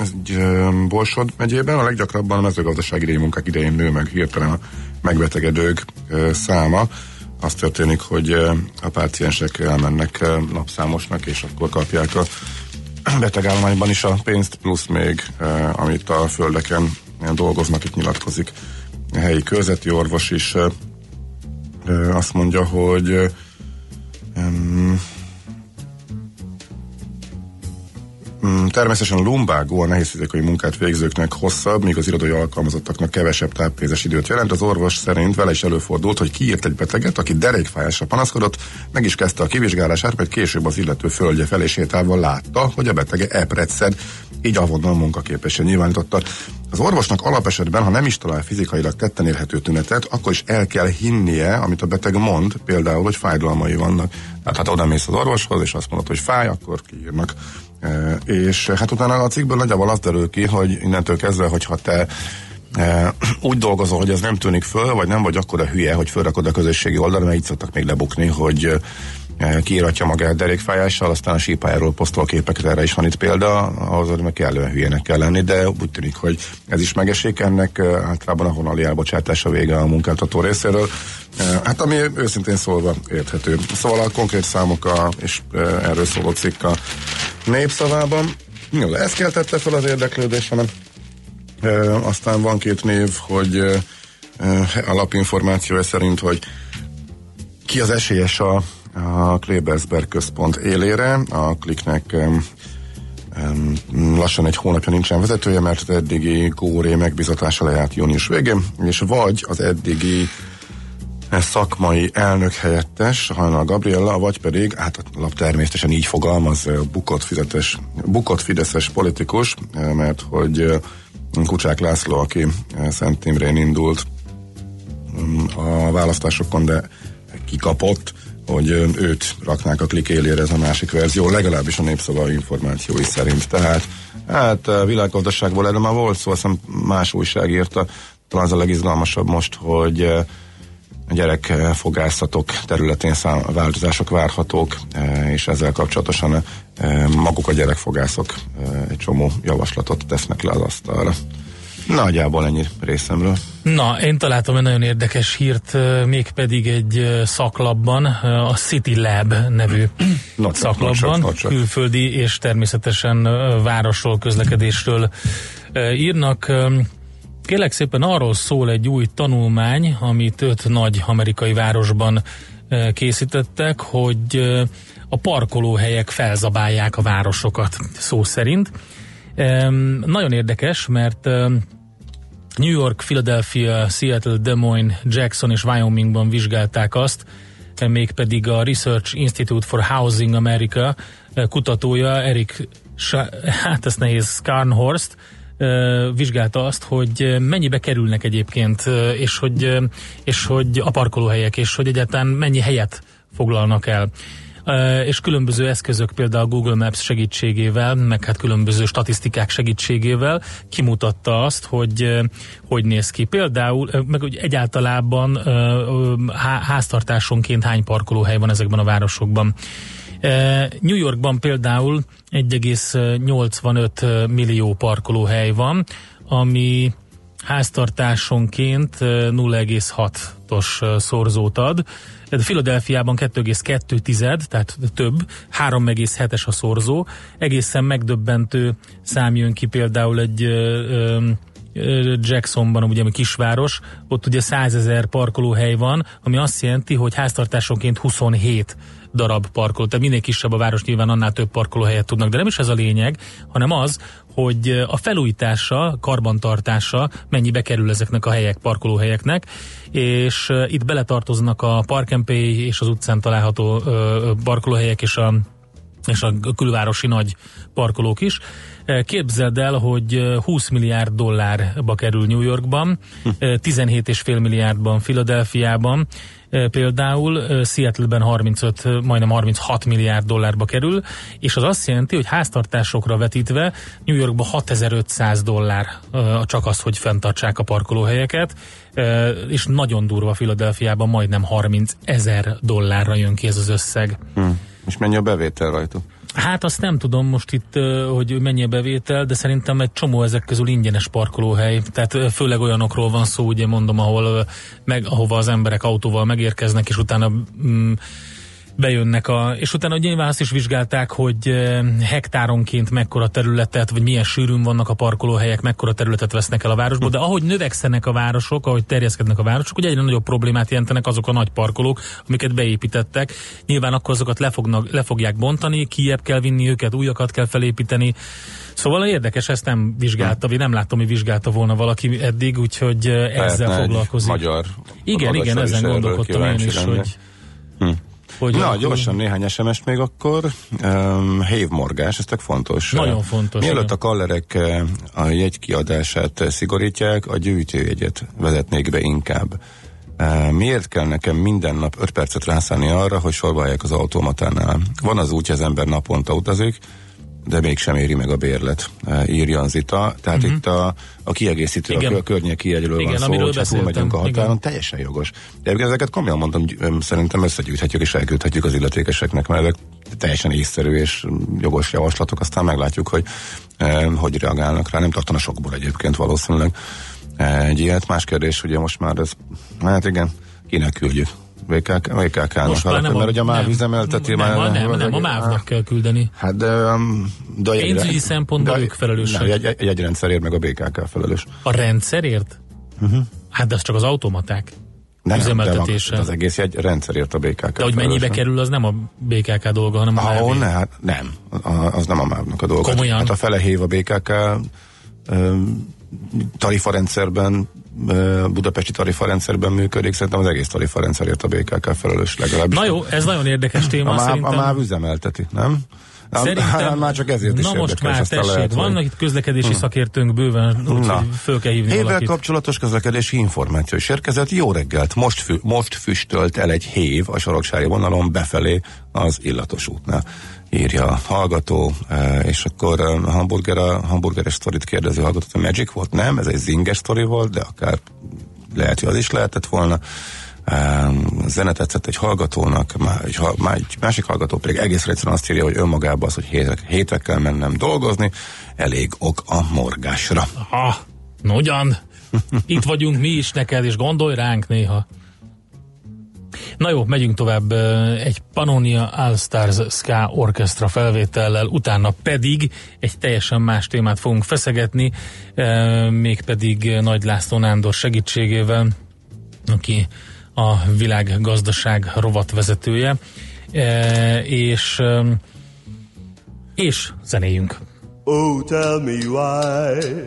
Speaker 4: Borsod megyében, a leggyakrabban a mezőgazdasági rémunkák idején nő meg hirtelen a megbetegedők száma. Az történik, hogy a páciensek elmennek napszámosnak, és akkor kapják a betegállományban is a pénzt, plusz még, eh, amit a földeken dolgoznak, itt nyilatkozik a helyi körzeti orvos is. Eh, azt mondja, hogy eh, természetesen a lumbago a nehézfizikai munkát végzőknek hosszabb, míg az irodai alkalmazottaknak kevesebb táppénzes időt jelent. Az orvos szerint vele is előfordult, hogy kiírt egy beteget, aki derékfájásra panaszkodott, meg is kezdte a kivizsgálását, mert később az illető földje felé sétálva látta, hogy a betege epret szed, így avonnal munkaképesen nyilvánította. Az orvosnak alapesetben, ha nem is talál fizikailag tetten érhető tünetet, akkor is el kell hinnie, amit a beteg mond, például, hogy fájdalmai vannak. Tehát hát oda mész az orvoshoz, és azt mondod, hogy fáj, akkor kiírnak. E, és hát utána a cikkből nagyjából azt derül ki, hogy innentől kezdve, hogyha te e, úgy dolgozol, hogy ez nem tűnik föl, vagy nem vagy akkor a hülye, hogy fölrakod a közösségi oldalra, mert így szoktak még lebukni, hogy e, kiíratja magát derékfájással, aztán a sípájáról posztol képeket, erre is van itt példa, ahhoz meg kellően hülyének kell lenni, de úgy tűnik, hogy ez is megesik, ennek e, általában a honali elbocsátása vége a munkáltató részéről. E, hát ami őszintén szólva érthető. Szóval a konkrét számok a, és e, erről szóló cikk a Népszavában. Jó, ez keltette fel az érdeklődés, hanem e, aztán van két név, hogy e, alapinformációja szerint, hogy ki az esélyes a, a Klebersberg központ élére. A Kliknek e, e, lassan egy hónapja nincsen vezetője, mert az eddigi Góré megbizatása lejárt június végén, és vagy az eddigi szakmai elnök helyettes, Hajnal Gabriella, vagy pedig, hát a lap természetesen így fogalmaz, bukott, fizetes, bukott fideszes politikus, mert hogy Kucsák László, aki Szent Imrén indult a választásokon, de kikapott, hogy őt raknák a Klik élére, ez a másik verzió, legalábbis a Népszava információi szerint. Tehát, hát világgazdaságból erre már volt szó, azt hiszem más újság írta, talán az a legizgalmasabb most, hogy a gyerekfogászatok területén szám, változások várhatók, és ezzel kapcsolatosan maguk a gyerekfogászok egy csomó javaslatot tesznek le az asztalra. Nagyjából ennyi részemről.
Speaker 5: Na, én találtam egy nagyon érdekes hírt, mégpedig egy szaklapban, a City Lab nevű not szaklapban, not not külföldi és természetesen városról, közlekedésről írnak. Kérlek szépen, arról szól egy új tanulmány, amit öt nagy amerikai városban készítettek, hogy a parkolóhelyek felzabálják a városokat, szó szerint. Nagyon érdekes, mert New York, Philadelphia, Seattle, Des Moines, Jackson és Wyomingban vizsgálták azt, mégpedig a Research Institute for Housing America kutatója, Eric, hát ez nehéz, Scharnhorst, vizsgálta azt, hogy mennyibe kerülnek egyébként, és hogy, és hogy a parkolóhelyek, és hogy egyáltalán mennyi helyet foglalnak el. És különböző eszközök, például a Google Maps segítségével, meg hát különböző statisztikák segítségével kimutatta azt, hogy hogy néz ki. Például, meg hogy egyáltalában háztartásonként hány parkolóhely van ezekben a városokban. New Yorkban például egy egész nyolcvanöt millió parkolóhely van, ami háztartásonként nulla egész hatos szorzót ad. Philadelphiában kettő egész kettő, tehát több, három egész hetes a szorzó. Egészen megdöbbentő szám jön ki például egy ö, ö, Jacksonban, ugye, ami kisváros, ott ugye százezer parkolóhely van, ami azt jelenti, hogy háztartásonként huszonhét darab parkoló. Tehát minél kisebb a város, nyilván annál több parkolóhelyet tudnak, de nem is ez a lényeg, hanem az, hogy a felújítása, karbantartása mennyibe kerül ezeknek a helyek, parkolóhelyeknek, és itt beletartoznak a Park and Pay és az utcán található ö, parkolóhelyek és a, és a külvárosi nagy parkolók is. Képzeld el, hogy húsz milliárd dollárba kerül New Yorkban, tizenhét egész öt milliárdban Philadelphiában, például Seattle-ben harmincöt, majdnem harminchat milliárd dollárba kerül, és az azt jelenti, hogy háztartásokra vetítve New Yorkban hatezer-ötszáz dollár csak az, hogy fenntartsák a parkolóhelyeket, és nagyon durva Philadelphiában majdnem harmincezer dollárra jön ki ez az összeg.
Speaker 4: Hmm. És mennyi a bevétel rajta?
Speaker 5: Hát azt nem tudom most itt, hogy mennyi a bevétel, de szerintem egy csomó ezek közül ingyenes parkolóhely. Tehát főleg olyanokról van szó, ugye mondom, ahol meg, ahova az emberek autóval megérkeznek, és utána mm, bejönnek a... És utána nyilván azt is vizsgálták, hogy hektáronként mekkora területet, vagy milyen sűrűn vannak a parkolóhelyek, mekkora területet vesznek el a városból, de ahogy növekszenek a városok, ahogy terjeszkednek a városok, ugye egyre nagyobb problémát jelentenek azok a nagy parkolók, amiket beépítettek. Nyilván akkor azokat le, fognak, le fogják bontani, kijebb kell vinni őket, újakat kell felépíteni. Szóval érdekes, ezt nem vizsgálta, vagy nem láttam, hogy vizsgálta volna valaki eddig, úgyhogy ezzel
Speaker 4: lehetne
Speaker 5: foglalkozik.
Speaker 4: Magyar
Speaker 5: igen, igen, ezen gondolkodtam én is, hogy...
Speaker 4: Hm.
Speaker 5: Hogy
Speaker 4: Na,
Speaker 5: akkor...
Speaker 4: gyorsan néhány es em es még akkor. Um, hévmorgás, ez tök fontos.
Speaker 5: Nagyon fontos.
Speaker 4: Mielőtt a kallerek a jegykiadását szigorítják, a gyűjtőjegyet vezetnék be inkább. Uh, miért kell nekem minden nap öt percet rászállni arra, hogy sorba álljak az automatánál? Van az úgy, hogy az ember naponta utazik, de mégsem éri meg a bérlet, írja az Zita. Tehát uh-huh. itt a, a kiegészítő, igen. a környéki jegyről
Speaker 5: igen,
Speaker 4: van szó, hogyha túlmegyünk a határon,
Speaker 5: igen.
Speaker 4: teljesen jogos. De ezeket komolyan mondom, szerintem összegyűjthetjük és elküldhetjük az illetékeseknek, mert ezek teljesen észszerű és jogos javaslatok, aztán meglátjuk, hogy eh, hogy reagálnak rá. Nem tartana sokból egyébként valószínűleg eh, egy ilyet. Más kérdés, ugye most már ez, hát igen, kinek küldjük? vé ká ká-nak, mert ugye a MÁV üzemelteti
Speaker 5: nem,
Speaker 4: már...
Speaker 5: Nem, nem, nem, a MÁV-nak kell küldeni.
Speaker 4: Hát de... de
Speaker 5: pénzügyi szempontból ők felelősek.
Speaker 4: Nem, egy, egy, egy rendszerért meg a bé ká ká felelős.
Speaker 5: A rendszerért? Uh-huh. Hát de az csak az automaták
Speaker 4: nem,
Speaker 5: üzemeltetése.
Speaker 4: De az egész egy rendszerért a bé ká ká
Speaker 5: de hogy
Speaker 4: felelős,
Speaker 5: mennyibe kerül, az nem a bé ká ká dolga, hanem a
Speaker 4: ah,
Speaker 5: MÁV.
Speaker 4: Ne, hát nem, az nem a MÁV-nak a dolga.
Speaker 5: Komolyan?
Speaker 4: Hát a fele hév a bé ká ká tarifarendszerben, budapesti tarifarendszerben működik, szerintem az egész tarifarendszerért a bé ká ká felelős legalábbis.
Speaker 5: Na jó, ez nagyon érdekes téma.
Speaker 4: A MÁV,
Speaker 5: szerintem...
Speaker 4: a MÁV üzemelteti, nem?
Speaker 5: Szerintem,
Speaker 4: hát, már csak ezért is
Speaker 5: na most
Speaker 4: érdekes,
Speaker 5: már tessék,
Speaker 4: lehet,
Speaker 5: vannak
Speaker 4: hogy...
Speaker 5: itt közlekedési hmm. szakértőnk bőven, úgyhogy föl kell hívni
Speaker 4: Hévvel
Speaker 5: valakit.
Speaker 4: kapcsolatos közlekedési információ is érkezett. Jó reggelt, most, fü, most füstölt el egy hév a Soroksári vonalon befelé az Illatos útnál, írja a hallgató, és akkor a hamburger, a hamburgeres sztorit kérdező hallgató, hogy Magic volt? Nem, ez egy zinger sztori volt, de akár lehet, hogy az is lehetett volna. Zene tetszett egy hallgatónak, egy, egy másik hallgató pedig egész egyszerűen azt írja, hogy önmagában az, hogy hétre, hétre kell mennem dolgozni, elég ok a morgásra.
Speaker 5: Aha, ugyan, itt vagyunk mi is neked, és gondolj ránk néha. Na jó, megyünk tovább egy Pannonia All Stars Ska Orchestra felvétellel, utána pedig egy teljesen más témát fogunk feszegetni, mégpedig Nagy László Nándor segítségével, aki a világgazdaság rovatvezetője, e, és és zenéjünk.
Speaker 9: Oh, tell me why.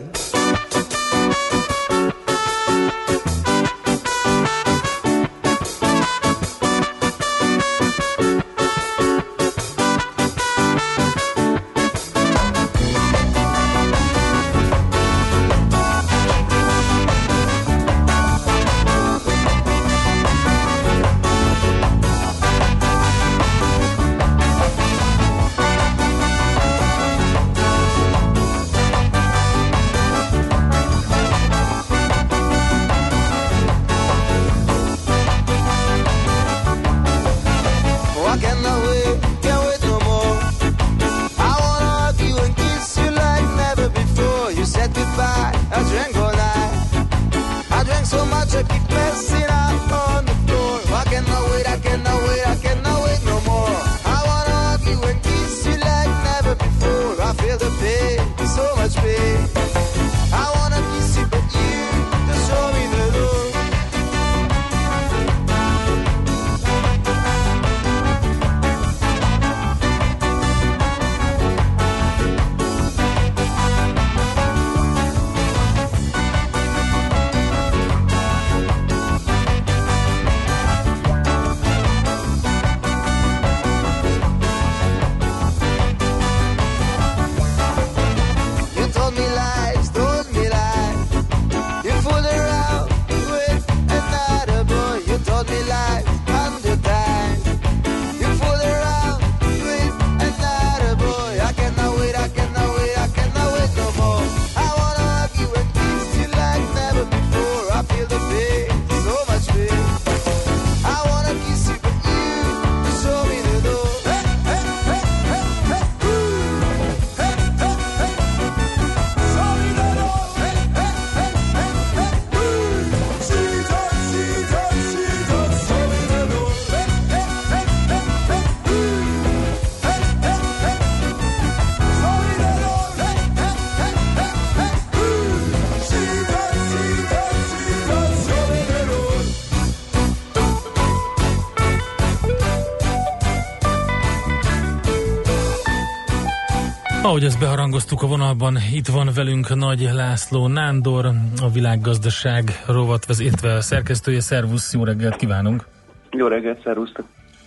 Speaker 5: Ahogy ezt beharangoztuk a vonalban, itt van velünk Nagy László Nándor, a világgazdaság rovatvezető szerkesztője. Szervusz, jó reggelt kívánunk!
Speaker 10: Jó reggelt, szervusztok!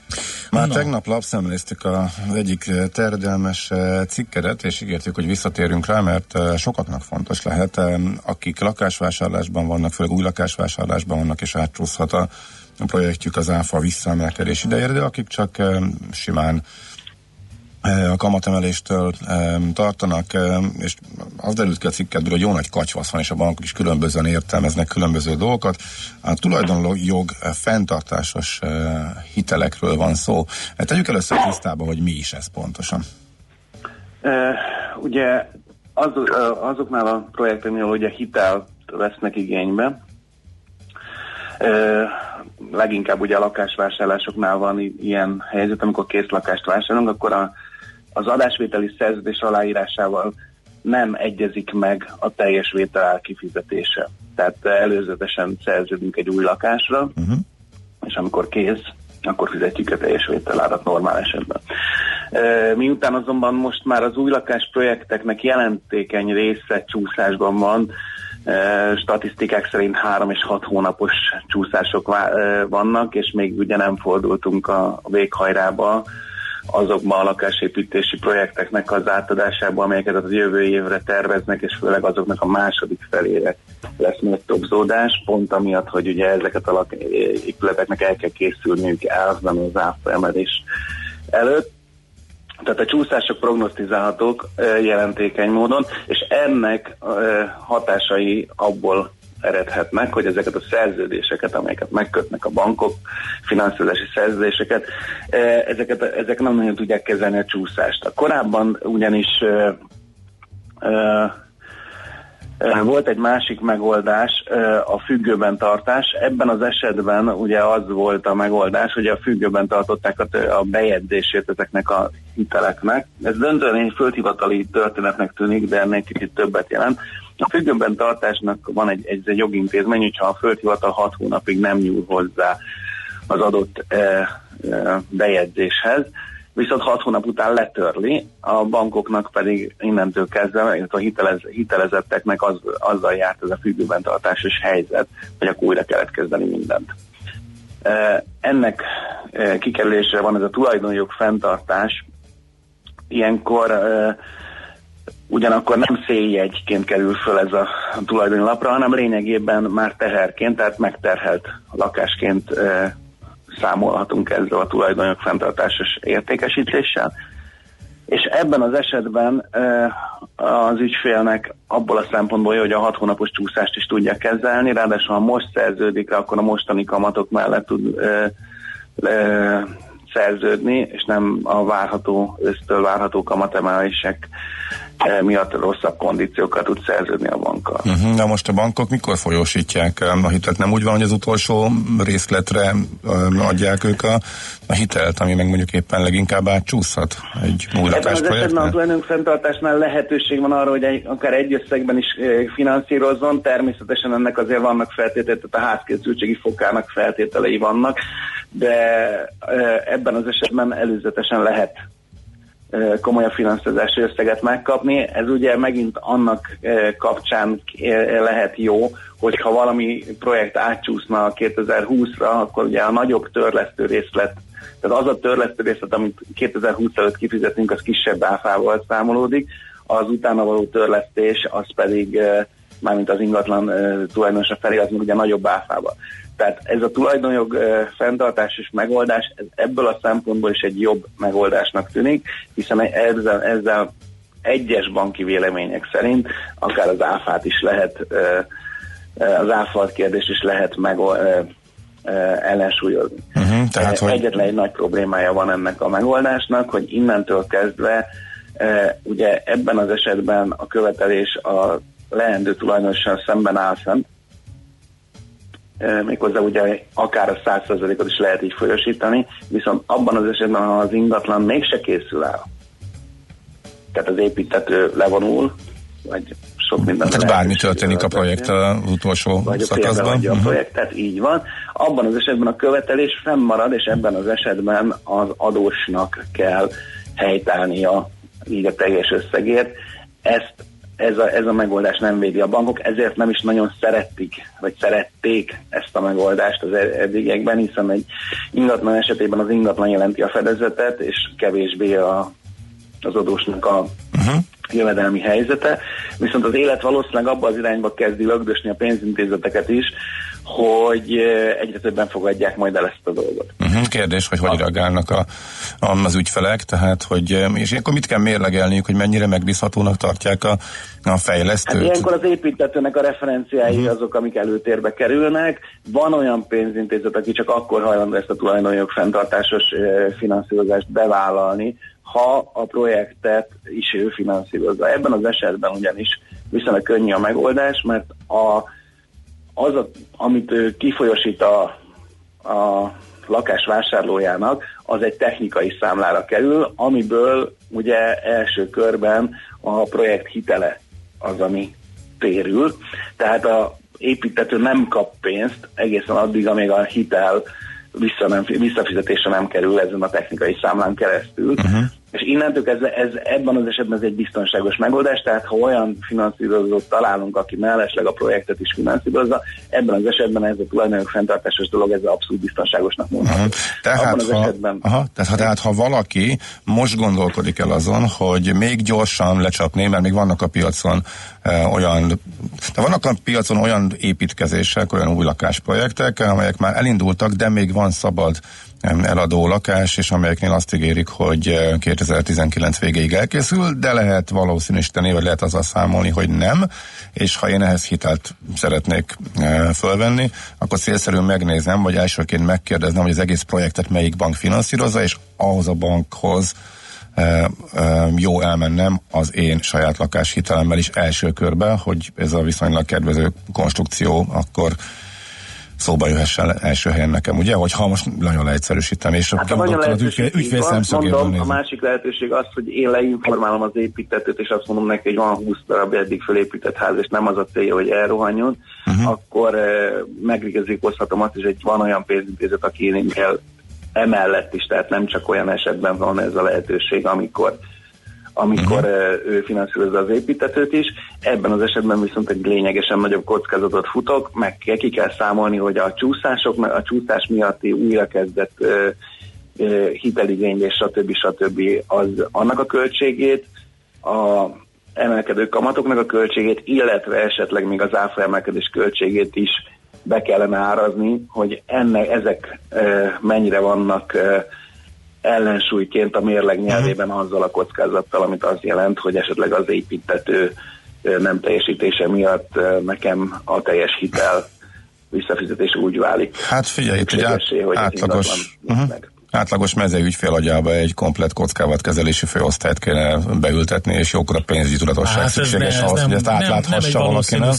Speaker 4: Már no. tegnap lapszemléztük az egyik terjedelmes cikkedet, és ígértük, hogy visszatérünk rá, mert sokaknak fontos lehet, akik lakásvásárlásban vannak, főleg új lakásvásárlásban vannak, és átcsúszhat a projektjük az áfa visszaemelkedés idejére, de akik csak simán a kamatemeléstől tartanak, és az derült ki a cikkedből, hogy jó nagy katyvasz van, és a bankok is különbözően értelmeznek különböző dolgokat. A tulajdonjog fenntartásos hitelekről van szó. Tegyük először tisztába, hogy mi is ez pontosan.
Speaker 10: E, ugye az, azoknál a projekteknél, hogy a hitelt vesznek igénybe, e, leginkább ugye a lakásvásárlásoknál van ilyen helyzet, amikor kész lakást vásárolunk, akkor a, az adásvételi szerződés aláírásával nem egyezik meg a teljes vétel kifizetése. Tehát előzetesen szerződünk egy új lakásra, uh-huh. és amikor kész, akkor fizetjük a teljes vételárat normál esetben. E, miután azonban most már az új lakás projekteknek jelentékeny része csúszásban van, e, statisztikák szerint három és hat hónapos csúszások vannak, és még ugye nem fordultunk a véghajrába azokban a lakásépítési projekteknek az átadásába, amelyeket az jövő évre terveznek, és főleg azoknak a második felére lesz nagy topzódás, pont amiatt, hogy ugye ezeket a lak- épületeknek el kell készülniük elvben az áfa emelés előtt. Tehát a csúszások prognosztizálhatók jelentékeny módon, és ennek hatásai abból eredhetnek, hogy ezeket a szerződéseket, amelyeket megkötnek a bankok, finanszírozási szerződéseket, ezeket, ezek nem nagyon tudják kezelni a csúszást. A korábban ugyanis uh, uh, volt egy másik megoldás, uh, a függőben tartás. Ebben az esetben ugye az volt a megoldás, hogy a függőben tartották a, a bejegyzését ezeknek a hiteleknek. Ez döntően egy földhivatali történetnek tűnik, de ennél kicsit többet jelent. A függőben tartásnak van egy, egy, egy jogintézmény, hogyha a földhivatal hat hónapig nem nyúl hozzá az adott e, e, bejegyzéshez, viszont hat hónap után letörli, a bankoknak pedig innentől kezdve, a hitelez, hitelezetteknek az, azzal járt ez a függőben tartásos helyzet, hogy akkor újra kellett kezdeni mindent. E, ennek e, kikerülésre van ez a tulajdonjog fenntartás, ilyenkor e, ugyanakkor nem széljegyként kerül föl ez a tulajdonlapra, hanem lényegében már teherként, tehát megterhelt lakásként e, számolhatunk ezzel a tulajdonjog fenntartásos értékesítéssel. És ebben az esetben e, az ügyfélnek abból a szempontból, hogy a hat hónapos csúszást is tudja kezelni, ráadásul ha most szerződik rá, akkor a mostani kamatok mellett tud e, e, szerződni, és nem a várható, ősztől várható kamatemelések miatt rosszabb kondíciókkal tud szerződni a bankkal.
Speaker 4: Uh-huh. De most a bankok mikor folyósítják a hitelt? Nem úgy van, hogy az utolsó részletre adják ők a, a hitelt, ami meg mondjuk éppen leginkább átcsúszhat egy új lakásprojektnél?
Speaker 10: Ebben az esetben a tulajdonjog fenntartásnál lehetőség van arra, hogy egy, akár egy összegben is finanszírozzon, természetesen ennek azért vannak feltételei, tehát a házkészültségi fokának feltételei vannak, de ebben az esetben előzetesen lehet komolyabb finanszírozási összeget megkapni. Ez ugye megint annak kapcsán lehet jó, hogyha valami projekt átcsúszna kétezer-húszra, akkor ugye a nagyobb törlesztő részlet, tehát az a törlesztő részlet, amit kétezer-húsz előtt kifizetünk, az kisebb áfával számolódik, az utána való törlesztés, az pedig mármint az ingatlan tulajdonosa felé, az meg ugye nagyobb áfával. Tehát ez a tulajdonjog uh, fenntartásos megoldás, ez ebből a szempontból is egy jobb megoldásnak tűnik, hiszen ezzel, ezzel egyes banki vélemények szerint akár az áfát is lehet, uh, uh, az áfa kérdés is lehet meg, uh, uh, ellensúlyozni. Uh-huh, tehát, uh, egyetlen egy nagy problémája van ennek a megoldásnak, hogy innentől kezdve uh, ugye ebben az esetben a követelés a leendő tulajdonossal szemben áll fent, méghozzá ugye akár a száz százalékot is lehet így folyosítani, viszont abban az esetben, ha az ingatlan mégse készül el, tehát az építető levonul, vagy sok minden.
Speaker 4: Tehát bármi történik a projekt az utolsó
Speaker 10: vagy
Speaker 4: szakaszban.
Speaker 10: Vagy a projektet, így van. Abban az esetben a követelés fennmarad, és ebben az esetben az adósnak kell helytállnia így a teljes összegért. Ezt Ez a, ez a megoldás nem védi a bankok, ezért nem is nagyon szeretik, vagy szerették ezt a megoldást az eddigiekben, hiszen egy ingatlan esetében az ingatlan jelenti a fedezetet, és kevésbé a, az adósnak a uh-huh. jövedelmi helyzete. Viszont az élet valószínűleg abba az irányba kezdi lögdösni a pénzintézeteket is, hogy egyre többen fogadják majd el ezt a dolgot.
Speaker 4: Uh-huh. Kérdés, hogy hogy reagálnak a, a, az ügyfelek, tehát, hogy, és ilyenkor mit kell mérlegelniük, hogy mennyire megbízhatónak tartják a, a fejlesztőt?
Speaker 10: Hát ilyenkor az építetőnek a referenciái uh-huh. azok, amik előtérbe kerülnek. Van olyan pénzintézet, aki csak akkor hajlandó ezt a tulajdonjog fenntartásos eh, finanszírozást bevállalni, ha a projektet is ő finanszírozza. Ebben az esetben ugyanis viszonylag könnyű a megoldás, mert a az, a, amit ő kifolyosít a, a lakás vásárlójának, az egy technikai számlára kerül, amiből ugye első körben a projekt hitele az, ami térül. Tehát a építető nem kap pénzt egészen addig, amíg a hitel vissza nem, visszafizetése nem kerül ezen a technikai számlán keresztül. Uh-huh. És innentől ez, ez ebben az esetben ez egy biztonságos megoldás, tehát ha olyan finanszírozót találunk, aki mellesleg a projektet is finanszírozza, ebben az esetben ez a tulajdonjog fenntartásos dolog, ez abszolút biztonságosnak mondható. Uh-huh.
Speaker 4: Tehát, ha, esetben... aha, tehát, ha, tehát ha valaki most gondolkodik el azon, hogy még gyorsan lecsapné, mert még vannak a piacon e, olyan, de vannak a piacon olyan építkezések, olyan új lakásprojektek, amelyek már elindultak, de még van szabad eladó lakás, és amelyeknél azt ígérik, hogy kétezer-tizenkilenc végéig elkészül, de lehet valószínűsíteni, vagy lehet azzal számolni, hogy nem, és ha én ehhez hitelt szeretnék e, fölvenni, akkor célszerű megnéznem, vagy elsőként megkérdeznem, hogy az egész projektet melyik bank finanszírozza, és ahhoz a bankhoz e, e, jó elmennem az én saját lakáshitelemmel is első körbe, hogy ez a viszonylag kedvező konstrukció akkor szóba jöhessen első helyen nekem, ugye? Hogyha most nagyon leegyszerűsítem, és
Speaker 10: hát
Speaker 4: kimondottam az ügyfél, ügyfél szemszögéből nézni.
Speaker 10: A másik lehetőség az, hogy én leinformálom az építetőt, és azt mondom neki, hogy van húsz darab eddig fölépített ház, és nem az a célja, hogy elrohanjon, uh-huh. akkor eh, megigazíkozhatom azt is, hogy van olyan pénzintézet, akinél emellett is, tehát nem csak olyan esetben van ez a lehetőség, amikor amikor uh-huh. ő finanszírozza az építetőt is. Ebben az esetben viszont egy lényegesen nagyobb kockázatot futok, meg kell, ki kell számolni, hogy a csúszások, a csúszás miatti újrakezdett uh, uh, hiteligénylés, stb. stb. Az annak a költségét, a emelkedő kamatoknak a költségét, illetve esetleg még az áfa emelkedés költségét is be kellene árazni, hogy ennek, ezek uh, mennyire vannak uh, ellensúlyként a mérleg nyelvében azzal a kockázattal, amit az jelent, hogy esetleg az építető nem teljesítése miatt nekem a teljes hitel visszafizetés úgy válik.
Speaker 4: Hát figyelj, itt egy át, átlagos, uh-huh. átlagos mezei ügyfél agyába egy komplett kockázatkezelési főosztályt kéne beültetni, és jókora pénzügyi tudatosság hát szükséges ahhoz, hogy ezt átláthassa valakinek.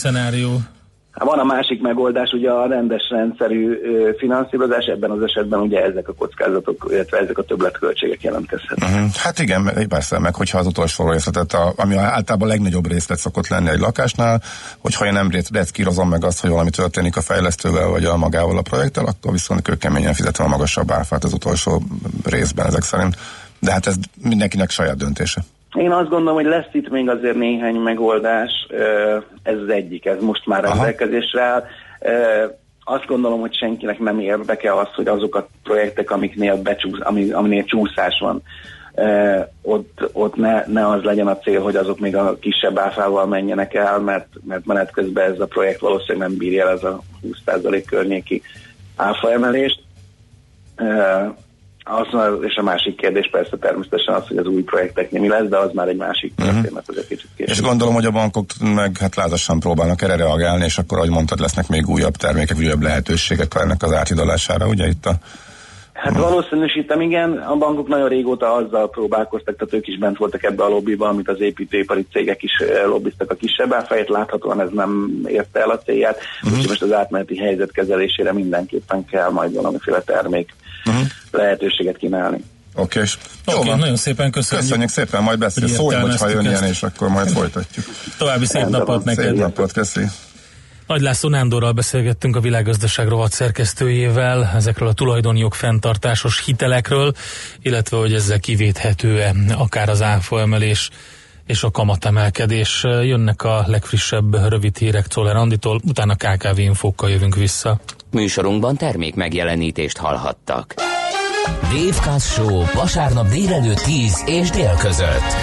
Speaker 10: Hát van a másik megoldás, ugye a rendes rendszerű ö, finanszírozás, ebben az esetben ugye ezek a kockázatok, illetve ezek a többletköltségek jelentkezhetnek. Uh-huh.
Speaker 4: Hát igen, persze, meg hogyha az utolsó részletet, a, ami általában a legnagyobb részlet szokott lenni egy lakásnál, hogyha én nem reckírozom meg azt, hogy valami történik a fejlesztővel, vagy a magával a projekttel, akkor viszont kőkeményen fizetem a magasabb árfát az utolsó részben ezek szerint. De hát ez mindenkinek saját döntése.
Speaker 10: Én azt gondolom, hogy lesz itt még azért néhány megoldás, ez az egyik, ez most már rendelkezésre áll. Azt gondolom, hogy senkinek nem érdeke az, hogy azok a projektek, amiknél, becsúsz, aminél csúszás van, ott, ott ne, ne az legyen a cél, hogy azok még a kisebb áfával menjenek el, mert, mert menet közben ez a projekt valószínűleg nem bírja el ez a húsz százalék környéki áfa emelést. Az, és a másik kérdés persze természetesen az, hogy az új projekteknél mi lesz, de az már egy másik történet, uh-huh. az egy kicsit később.
Speaker 4: És gondolom, hogy a bankok meg hát lázasan próbálnak erre reagálni, és akkor, ahogy mondtad, lesznek még újabb termékek, újabb lehetőségek ennek az áthidalására, ugye itt a...
Speaker 10: Hát valószínűsítem, igen, a bankok nagyon régóta azzal próbálkoztak, tehát ők is bent voltak ebbe a lobbyba, amit az építőipari cégek is lobbiztak a kisebb áfáját, láthatóan ez nem érte el a célját, uh-huh. úgyhogy most az átmeneti helyzet kezelésére mindenképpen kell majd valamiféle termék uh-huh. lehetőséget kínálni.
Speaker 4: Oké, okay.
Speaker 5: Oké, okay, nagyon szépen köszönjük.
Speaker 4: Köszönjük szépen, majd beszél, szólj, hogyha jön ilyen, és akkor majd folytatjuk.
Speaker 5: További szép
Speaker 10: Rendben
Speaker 5: napot neked.
Speaker 4: Szép napot, köszi.
Speaker 5: Nagy László Nándorral beszélgettünk, a Világgazdaság rovat szerkesztőjével, ezekről a tulajdonjog fenntartásos hitelekről, illetve hogy ezzel kivéthető-e akár az áfa emelés és a kamatemelkedés. Jönnek a legfrissebb rövid hírek Czoller Anditól, utána ká ká vé infókkal jövünk vissza.
Speaker 1: Műsorunkban termék megjelenítést hallhattak. Dave Kass Show vasárnap délelőtt tíz és dél között.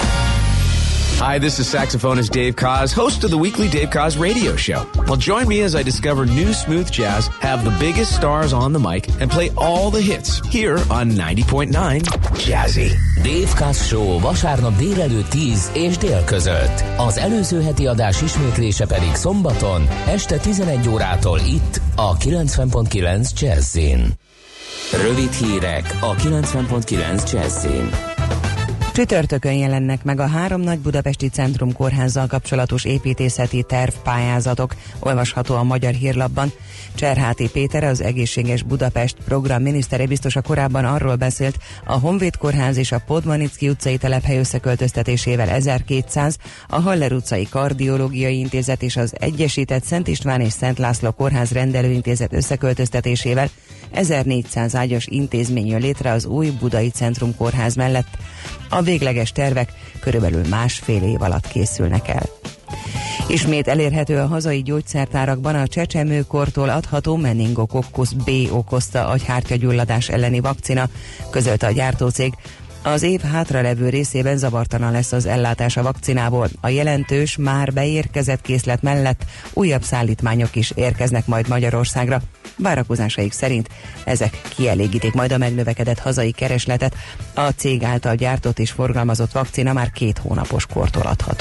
Speaker 11: Hi, this is saxophonist Dave Koz, host of the weekly Dave Koz radio show. Well, join me as I discover new smooth jazz, have the biggest stars on the mic, and play all the hits here on ninety point nine Jazzy.
Speaker 1: Dave Koz Show vasárnap délelőtt tíz és dél között. Az előző heti adás ismétlése pedig szombaton este tizenegy órától itt a kilencven pont kilenc Jazzin. Rövid hírek a kilencven pont kilenc Jazzin.
Speaker 6: Csütörtökön jelennek meg a három nagy budapesti centrumkórházzal kapcsolatos építészeti tervpályázatok, olvasható a Magyar Hírlapban. Cserháti Péter, az Egészséges Budapest program minisztere biztosa korábban arról beszélt, a Honvéd Kórház és a Podmanicki utcai telephely összeköltöztetésével ezerkétszáz, a Haller utcai Kardiológiai Intézet és az Egyesített Szent István és Szent László Kórház rendelőintézet összeköltöztetésével ezernégyszáz ágyas intézmény jön létre az új budai centrumkórház mellett. A végleges tervek körülbelül másfél év alatt készülnek el. Ismét elérhető a hazai gyógyszertárakban a csecsemőkortól adható meningokokkusz B okozta agyhártyagyulladás elleni vakcina, közölte a gyártócég. Az év hátralevő részében zavartalan lesz az ellátás a vakcinából. A jelentős, már beérkezett készlet mellett újabb szállítmányok is érkeznek majd Magyarországra. Várakozásaik szerint ezek kielégítik majd a megnövekedett hazai keresletet. A cég által gyártott és forgalmazott vakcina már két hónapos kortól adható.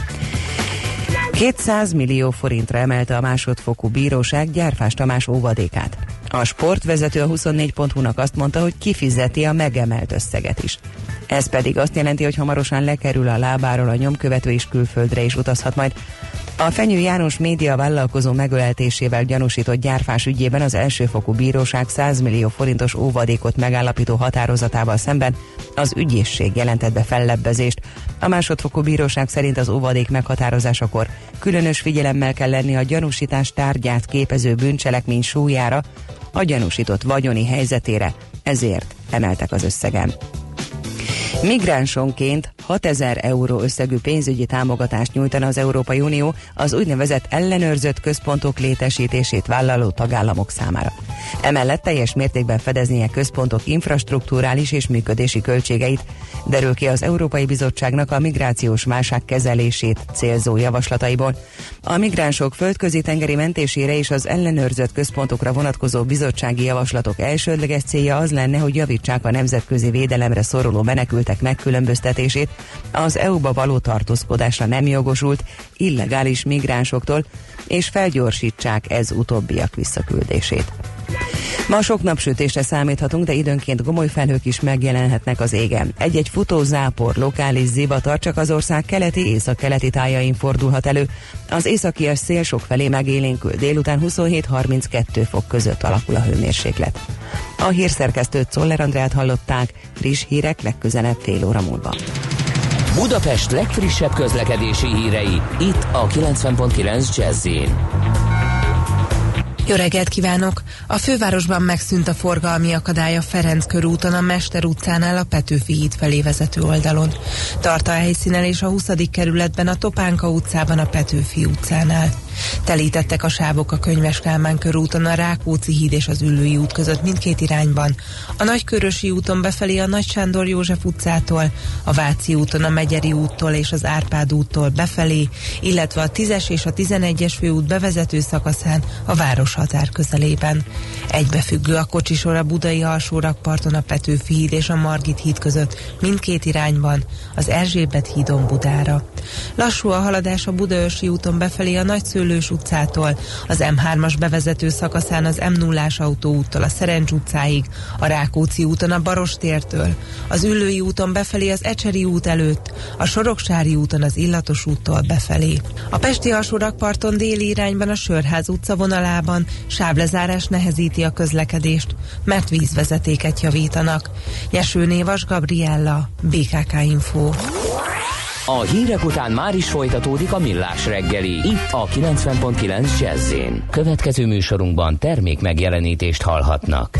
Speaker 6: kétszáz millió forintra emelte a másodfokú bíróság Gyárfás Tamás óvadékát. A sportvezető a huszonnégy pont hu-nak azt mondta, hogy kifizeti a megemelt összeget is. Ez pedig azt jelenti, hogy hamarosan lekerül a lábáról a nyomkövető és külföldre is utazhat majd. A Fenyő János média vállalkozó megöleltésével gyanúsított gyárfás ügyében az elsőfokú bíróság száz millió forintos óvadékot megállapító határozatával szemben az ügyészség jelentett be fellebbezést. A másodfokú bíróság szerint az óvadék meghatározásakor különös figyelemmel kell lenni a gyanúsítás tárgyát képező bűncselekmény súlyára, a gyanúsított vagyoni helyzetére, ezért emeltek az összegen. Migránsonként hatezer euró összegű pénzügyi támogatást nyújtana az Európai Unió az úgynevezett ellenőrzött központok létesítését vállaló tagállamok számára. Emellett teljes mértékben fedeznie központok infrastrukturális és működési költségeit, derül ki az Európai Bizottságnak a migrációs válság kezelését célzó javaslataiból. A migránsok földközi tengeri mentésére és az ellenőrzött központokra vonatkozó bizottsági javaslatok elsődleges célja az lenne, hogy javítsák a nemzetközi védelemre szoruló menekültek megkülönböztetését az é u-ba való tartózkodásra nem jogosult illegális migránsoktól, és felgyorsítsák ez utóbbiak visszaküldését. Ma sok napsütésre számíthatunk, de időnként gomoly felhők is megjelenhetnek az égen. Egy-egy futó zápor, lokális zivatar csak az ország keleti, északkeleti tájain fordulhat elő. Az északias szél sokfelé megélénkül, délután huszonhét harminckettő fok között alakul a hőmérséklet. A hírszerkesztőt, Czoller Andrát hallották, friss hírek legközelebb fél óra múlva.
Speaker 1: Budapest legfrissebb közlekedési hírei, itt a kilencven pont kilenc Jazz-in.
Speaker 12: Jó reggelt kívánok! A fővárosban megszűnt a forgalmi akadály a Ferenc körúton, a Mester utcánál a Petőfi híd felé vezető oldalon. Tart a helyszínen és a huszadik kerületben a Topánka utcában a Petőfi utcánál. Telítettek a sávok a Könyves Kálmán körúton, a Rákóczi híd és az Üllői út között mindkét irányban, a Nagykörösi úton befelé a Nagy Sándor József utcától, a Váci úton a Megyeri úttól és az Árpád úttól befelé, illetve a tízes és a tizenegyes főút bevezető szakaszán a városhatár közelében. Egybefüggő a kocsisor a Budai alsórakparton a Petőfi híd és a Margit híd között mindkét irányban, az Erzsébet hídon Budára. Lassú a haladás a Budaörsi úton befelé a Nagyszőlős utcától, az em hármas bevezető szakaszán az em nullás autóúttól a Szerencs utcáig, a Rákóczi úton a Barostértől, az Üllői úton befelé az Ecseri út előtt, a Soroksári úton az Illatos úttól befelé. A pesti alsórakparton déli irányban a Sörház utca vonalában sávlezárás nehezíti a közlekedést, mert vízvezetéket javítanak. Nyesőné Vas Gabriella, bé ká ká Info.
Speaker 1: A hírek után már is folytatódik a Millás reggeli, itt a kilencven pont kilenc Jazz-in. Következő műsorunkban termék megjelenítést hallhatnak.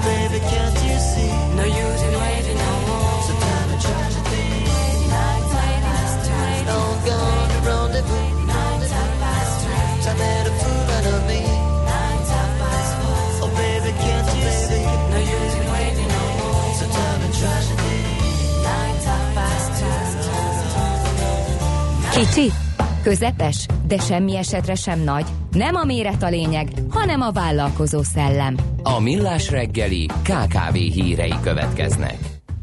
Speaker 13: baby, can't you see? No use in waiting no more. So time and tragedy. Night time past two. Don't go on the rendezvous. Night time past three. I made a fool out of me. Night time past four. Oh baby, can't you see? No use in waiting no more. So time and tragedy. Night time past two.
Speaker 14: Kicsi, közepes, de semmi esetre sem nagy. Nem a méret a lényeg, hanem a vállalkozó szellem.
Speaker 1: A Millás reggeli ká ká vé hírei következnek.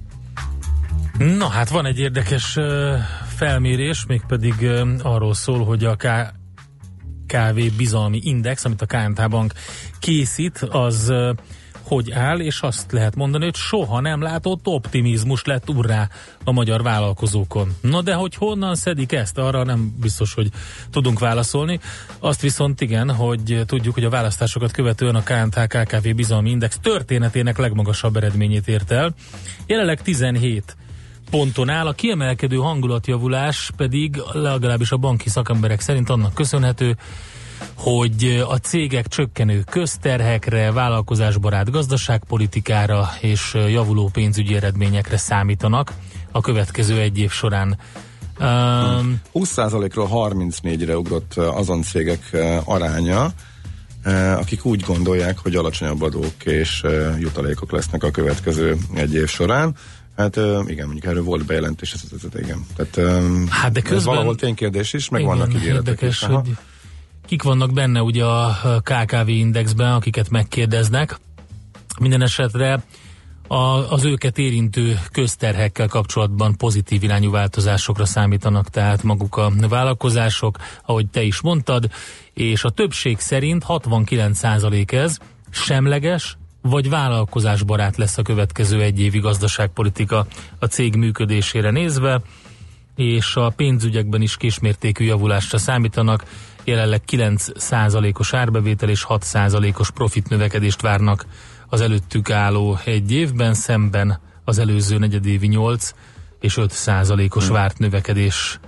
Speaker 5: Na hát van egy érdekes uh, felmérés, mégpedig uh, arról szól, hogy a ká ká vé bizalmi index, amit a ká en té Bank készít, az uh, hogy áll, és azt lehet mondani, hogy soha nem látott optimizmus lett urrá a magyar vállalkozókon. Na de hogy honnan szedik ezt, arra nem biztos, hogy tudunk válaszolni. Azt viszont igen, hogy tudjuk, hogy a választásokat követően a ká en té ká ká vé bizalmi index történetének legmagasabb eredményét ért el. Jelenleg tizenhét ponton áll, a kiemelkedő hangulatjavulás pedig legalábbis a banki szakemberek szerint annak köszönhető, hogy a cégek csökkenő közterhekre, vállalkozásbarát gazdaságpolitikára és javuló pénzügyi eredményekre számítanak a következő egy év során. Um,
Speaker 4: húsz százalékról harmincnégyre ugrott azon cégek aránya, akik úgy gondolják, hogy alacsonyabb adók és jutalékok lesznek a következő egy év során. Hát igen, mondjuk erről volt bejelentés, ez, ez, ez, igen. Tehát, hát de közben, ez valahol ténykérdés is, meg igen, vannak ígéretek is. Hogy
Speaker 5: kik vannak benne ugye a ká ká vé indexben, akiket megkérdeznek. Minden esetre a, az őket érintő közterhekkel kapcsolatban pozitív irányú változásokra számítanak, tehát maguk a vállalkozások, ahogy te is mondtad, és a többség szerint hatvankilenc százalék ez semleges, vagy vállalkozásbarát lesz a következő egyévi gazdaságpolitika a cég működésére nézve, és a pénzügyekben is kismértékű javulásra számítanak. Jelenleg kilenc százalékos árbevétel és hat százalékos profit növekedést várnak az előttük álló egy évben, szemben az előző negyedévi nyolc és öt százalékos hmm. várt növekedéssel.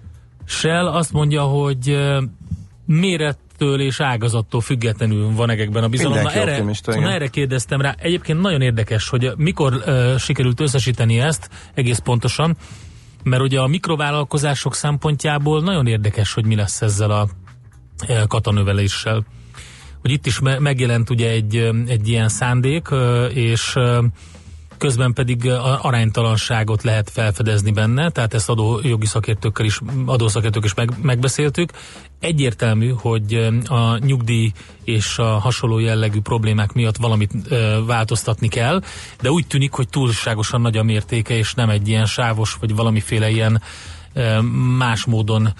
Speaker 5: Azt mondja, hogy mérettől és ágazattól függetlenül van egekben a bizalom. Na erre, na erre kérdeztem rá. Egyébként nagyon érdekes, hogy mikor uh, sikerült összesíteni ezt egész pontosan, mert ugye a mikrovállalkozások szempontjából nagyon érdekes, hogy mi lesz ezzel a katanöveléssel. Hogy itt is me- megjelent ugye egy, egy ilyen szándék, és közben pedig aránytalanságot lehet felfedezni benne, tehát ezt adójogi szakértőkkel is, adószakértők is meg, megbeszéltük. Egyértelmű, hogy a nyugdíj és a hasonló jellegű problémák miatt valamit ö, változtatni kell, de úgy tűnik, hogy túlságosan nagy a mértéke, és nem egy ilyen sávos, vagy valamiféle ilyen ö, más módon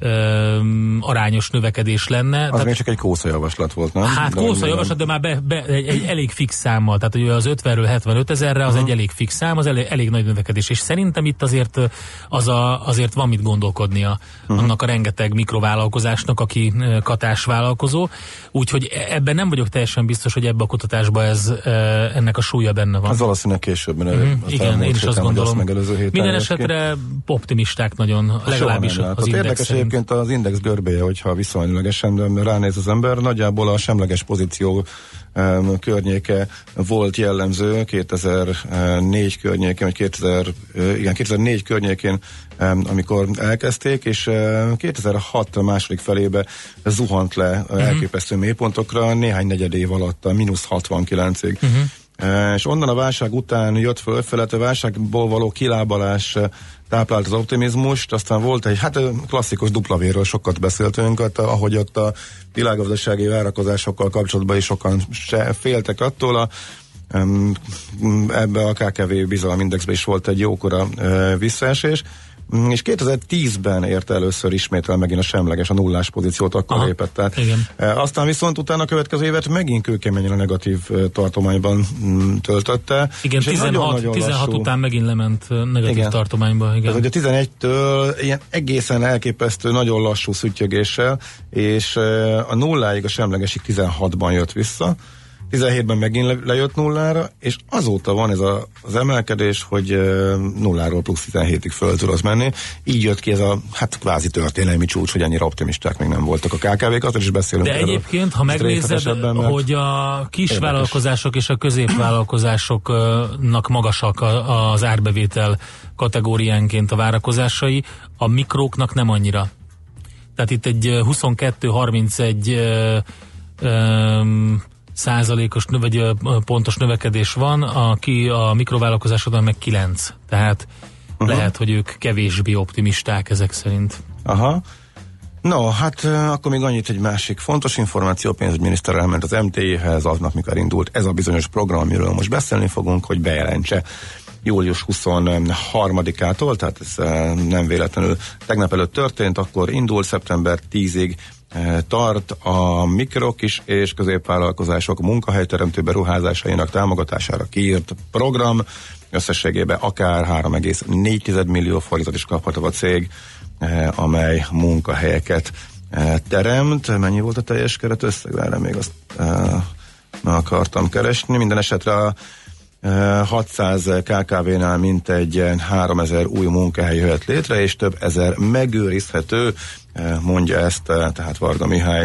Speaker 5: ö, arányos növekedés lenne.
Speaker 4: Az tehát, még csak egy kószajavaslat volt, nem?
Speaker 5: Hát kószajavaslat, de már be, be, egy, egy elég fix számmal, tehát ugye az ötvenről hetvenöt ezerre az uh-huh. egy elég fix szám, az elég, elég nagy növekedés, és szerintem itt azért, az a, azért van mit gondolkodnia uh-huh. annak a rengeteg mikrovállalkozásnak, aki katás vállalkozó, úgyhogy ebben nem vagyok teljesen biztos, hogy ebbe a kutatásban ez, ennek a súlya benne van.
Speaker 4: Az valószínűleg későbben.
Speaker 5: Uh-huh. Igen, én is azt gondolom. Minden esetre optimisták nagyon, legalábbis az index
Speaker 4: érdekes szerint. Egyébként az index görbéje, hogyha viszonylagesen ránéz az ember, nagyjából a semleges pozíció um, környéke volt jellemző kétezer-négy környékén, vagy kétezer, uh, igen, kétezer-négy környékén, um, amikor elkezdték, és uh, kétezer-hat második felébe zuhant le uh, elképesztő mélypontokra, néhány negyed év alatt a mínusz hatvankilencig. Uh-huh. Uh, és onnan a válság után jött fölfele, a válságból való kilábalás uh, táplált az optimizmust, aztán volt egy, hát klasszikus dupla-véről sokat beszéltünk, hát, ahogy ott a világgazdasági várakozásokkal kapcsolatban is sokan se féltek attól, a, um, ebbe a ká ká vé bizalomindexben is volt egy jókora uh, visszaesés, és kétezer-tízben érte először ismétel megint a semleges, a nullás pozíciót, akkor aha, lépett. Tehát, aztán viszont utána a következő évet megint kőkeményen a negatív tartományban töltötte.
Speaker 5: Igen, tizenhat, tizenhat lassú, után megint lement negatív igen, tartományba. Igen.
Speaker 4: Tehát ugye tizenegytől ilyen egészen elképesztő, nagyon lassú szüttyögéssel, és a nulláig a semlegesig tizenhatban jött vissza, tizenhétben megint le, lejött nullára, és azóta van ez a, az emelkedés, hogy uh, nulláról plusz tizenhétig föl tud az menni. Így jött ki ez a hát kvázi történelmi csúcs, hogy ennyire optimisták még nem voltak a ká ká vék, azért is beszélünk.
Speaker 5: De egyébként, ha megnézed, hogy a kisvállalkozások és a középvállalkozásoknak magasak az árbevétel kategóriánként a várakozásai, a mikróknak nem annyira. Tehát itt egy huszonkettő harmincegy százalékos vagy pontos növekedés van, aki a mikrovállalkozásokban meg kilenc. Tehát uh-huh. lehet, hogy ők kevésbé optimisták ezek szerint.
Speaker 4: Aha. No, hát akkor még annyit, egy másik fontos információ, a pénzügyminiszter elment az em té é-hez aznap, mikor indult ez a bizonyos program, amiről most beszélni fogunk, hogy bejelentse július huszonharmadikától, tehát ez nem véletlenül tegnap előtt történt, akkor indul, szeptember tízig tart a mikrok is és középvállalkozások munkahelyteremtő beruházásainak támogatására kiírt program. Összességében akár három egész négy millió forintot is kaphat a cég, amely munkahelyeket teremt. Mennyi volt a teljes keret összeg? Erre még azt meg akartam keresni. Minden esetre a hatszáz ká ká vé-nál mintegy háromezer új munkahely jöhet létre, és több ezer megőrizhető, mondja ezt tehát Varga Mihály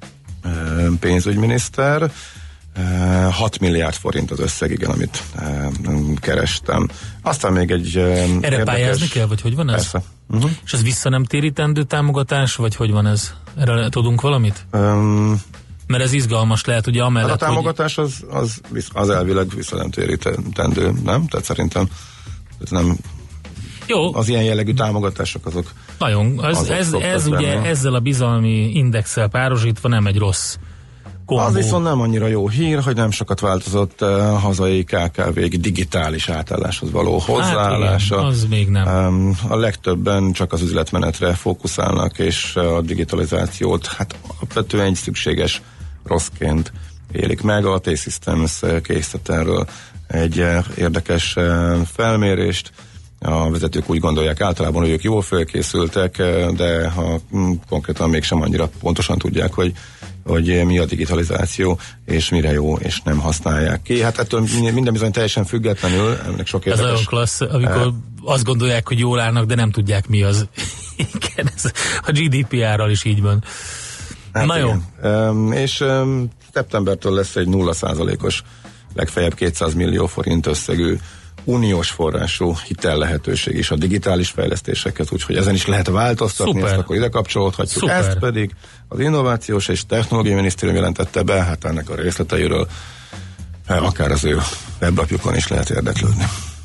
Speaker 4: pénzügyminiszter. hat milliárd forint az összeg, igen, amit kerestem. Aztán még egy
Speaker 5: Erre
Speaker 4: érdekes...
Speaker 5: pályázni kell, vagy hogy van ez?
Speaker 4: Persze. Uh-huh.
Speaker 5: És ez vissza nem térítendő támogatás, vagy hogy van ez? Erre tudunk valamit?
Speaker 4: Um,
Speaker 5: Mert ez izgalmas lehet, ugye amellett,
Speaker 4: hát a támogatás hogy... az, az, az elvileg vissza nem térítendő, nem? Tehát szerintem nem...
Speaker 5: Jó.
Speaker 4: Az ilyen jellegű támogatások azok...
Speaker 5: Nagyon, ez,
Speaker 4: azok
Speaker 5: ez, ez ugye
Speaker 4: lenni.
Speaker 5: ezzel a bizalmi indexel párosítva nem egy rossz kombó.
Speaker 4: Az viszont nem annyira jó hír, hogy nem sokat változott a uh, hazai ká ká vék digitális átálláshoz való hozzáállása.
Speaker 5: Hát igen, az még nem.
Speaker 4: Um, a legtöbben csak az üzletmenetre fókuszálnak, és a digitalizációt hát alapvetően egy szükséges rosszként élik meg. A T-Systems készített erről egy uh, érdekes uh, felmérést. A vezetők úgy gondolják általában, hogy ők jól felkészültek, de ha mm, konkrétan mégsem annyira pontosan tudják, hogy, hogy mi a digitalizáció, és mire jó, és nem használják ki. Hát ettől minden bizony teljesen függetlenül, ennek sok érdekes...
Speaker 5: Ez olyan klassz, amikor uh, azt gondolják, hogy jól állnak, de nem tudják mi az. Igen, ez a gé dé pé er-ral is így van.
Speaker 4: Hát
Speaker 5: na jó.
Speaker 4: Um, és um, szeptembertől lesz egy nulla százalékos, legfeljebb kétszáz millió forint összegű uniós forrású hitel lehetőség is a digitális fejlesztéseket, úgyhogy ezen is lehet változtatni,
Speaker 5: Szuper.
Speaker 4: ezt akkor ide kapcsolódhatjuk.
Speaker 5: Szuper.
Speaker 4: Ezt pedig az Innovációs és Technológiai Minisztérium jelentette be, hát ennek a részleteiről akár az ő weblapjukon is lehet érdeklődni.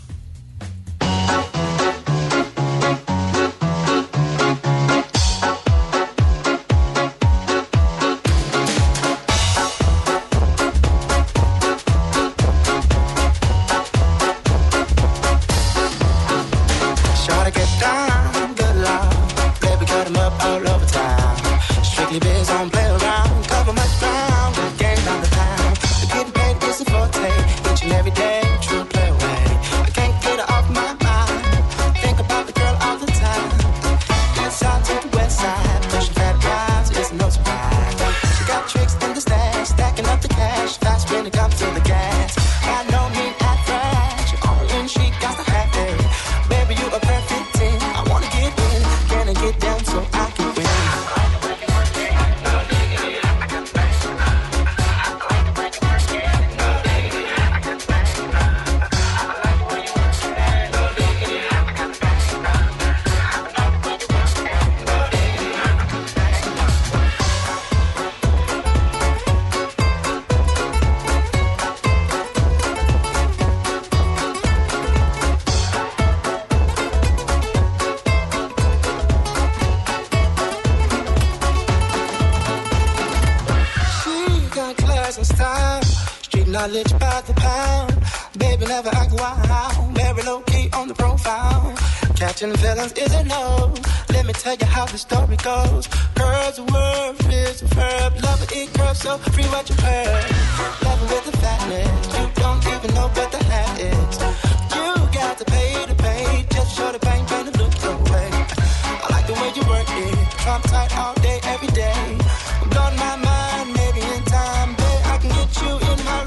Speaker 15: Knowledge by the pound, baby never act wild, very low key on the profile. Catching feelings is a no. Let me tell you how the story goes. Girls, the word is a verb. Love it, it curves so free what you heard. Love it with the fatness. You don't even know what the hat is. You got to pay to pay just show the pain, pain to look away. I like the way you work it. Trump tight all day, every day. I'm blowing my mind, maybe in time, babe, I can get you in my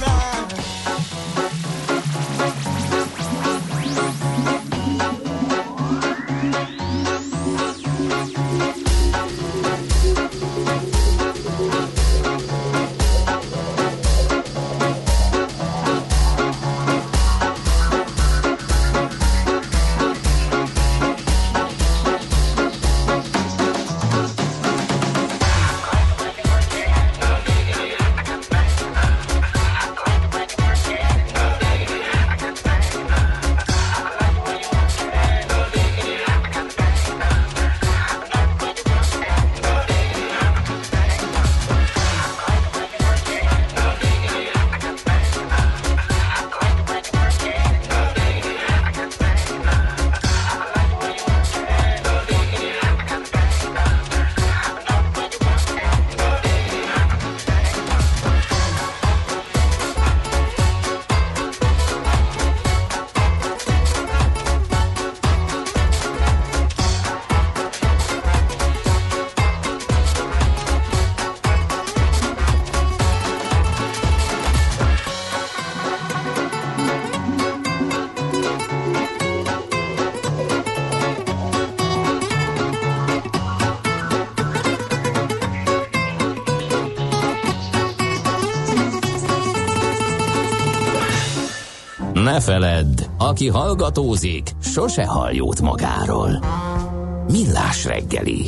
Speaker 1: Ne feledd, aki hallgatózik, sose hall jót magáról. Millás reggeli.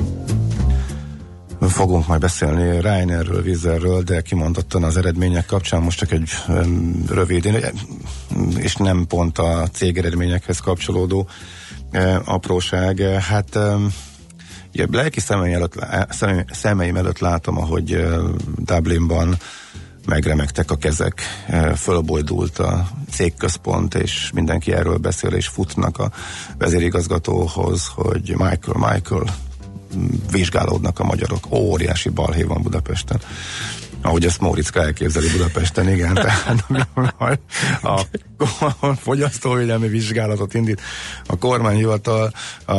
Speaker 4: Fogunk majd beszélni Ryanairről, Wizzerről, de kimondottan az eredmények kapcsán most csak egy um, rövid, és nem pont a cég eredményekhez kapcsolódó uh, apróság. Hát um, ugye, lelki szemeim előtt, szemeim előtt látom, ahogy uh, Dublinban megremegtek a kezek, uh, fölbojdult a cégközpont, és mindenki erről beszél, és futnak a vezérigazgatóhoz, hogy Michael, Michael, vizsgálódnak a magyarok. Óriási balhé van Budapesten. Ahogy ezt Móriczka elképzeli Budapesten, igen. Tehát a, a fogyasztóvédelmi vizsgálatot indít a kormányhivatal. A,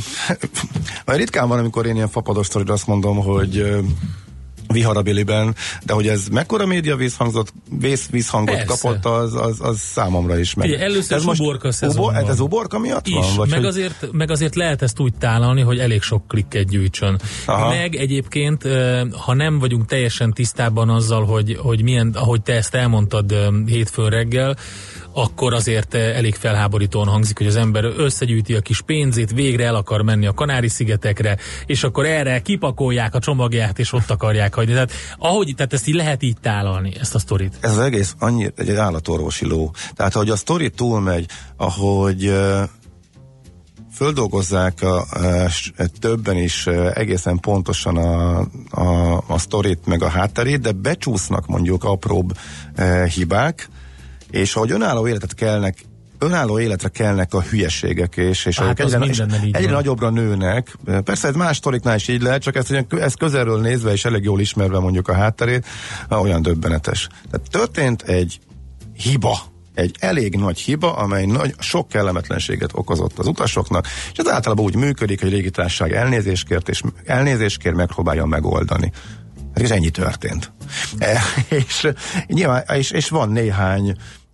Speaker 4: a ritkán van, amikor én ilyen fapados sztorira azt mondom, hogy viharabiliben, de hogy ez mekkora média vízhangzott, víz, vízhangot Persze. kapott, az, az, az számomra is meg.
Speaker 5: Ugye, először ez most uborka szezonban.
Speaker 4: Ubo, ez uborka miatt
Speaker 5: is,
Speaker 4: van? Vagy
Speaker 5: meg,
Speaker 4: hogy...
Speaker 5: azért, meg azért lehet ezt úgy tálalni, hogy elég sok klikket gyűjtsön. Aha. Meg egyébként, ha nem vagyunk teljesen tisztában azzal, hogy, hogy milyen, ahogy te ezt elmondtad hétfőn reggel, akkor azért elég felháborítóan hangzik, hogy az ember összegyűjti a kis pénzét, végre el akar menni a Kanári-szigetekre, és akkor erre kipakolják a csomagját, és ott akarják hagyni. Tehát, ahogy, tehát ezt így lehet így tálalni, ezt a sztorit.
Speaker 4: Ez az egész annyi, egy állatorvosi ló. Tehát, ahogy a sztori túlmegy, ahogy uh, földolgozzák a, uh, többen is uh, egészen pontosan a, a, a sztorit, meg a hátterét, de becsúsznak mondjuk apróbb uh, hibák, és ahogy önálló életet kelnek, önálló életre kelnek a hülyeségek, és, és hát egyre, és egyre nagyobbra nőnek. Persze ez más sztoriknál is így lehet, csak ezt, ezt közelről nézve és elég jól ismerve mondjuk a hátterét, olyan döbbenetes. Tehát történt egy hiba, egy elég nagy hiba, amely nagy, sok kellemetlenséget okozott az utasoknak, és ez általában úgy működik, hogy a légitársaság elnézést kért, és elnézést kér, megpróbálja megoldani. És ennyi történt. E, és, nyilván, és, és van néhány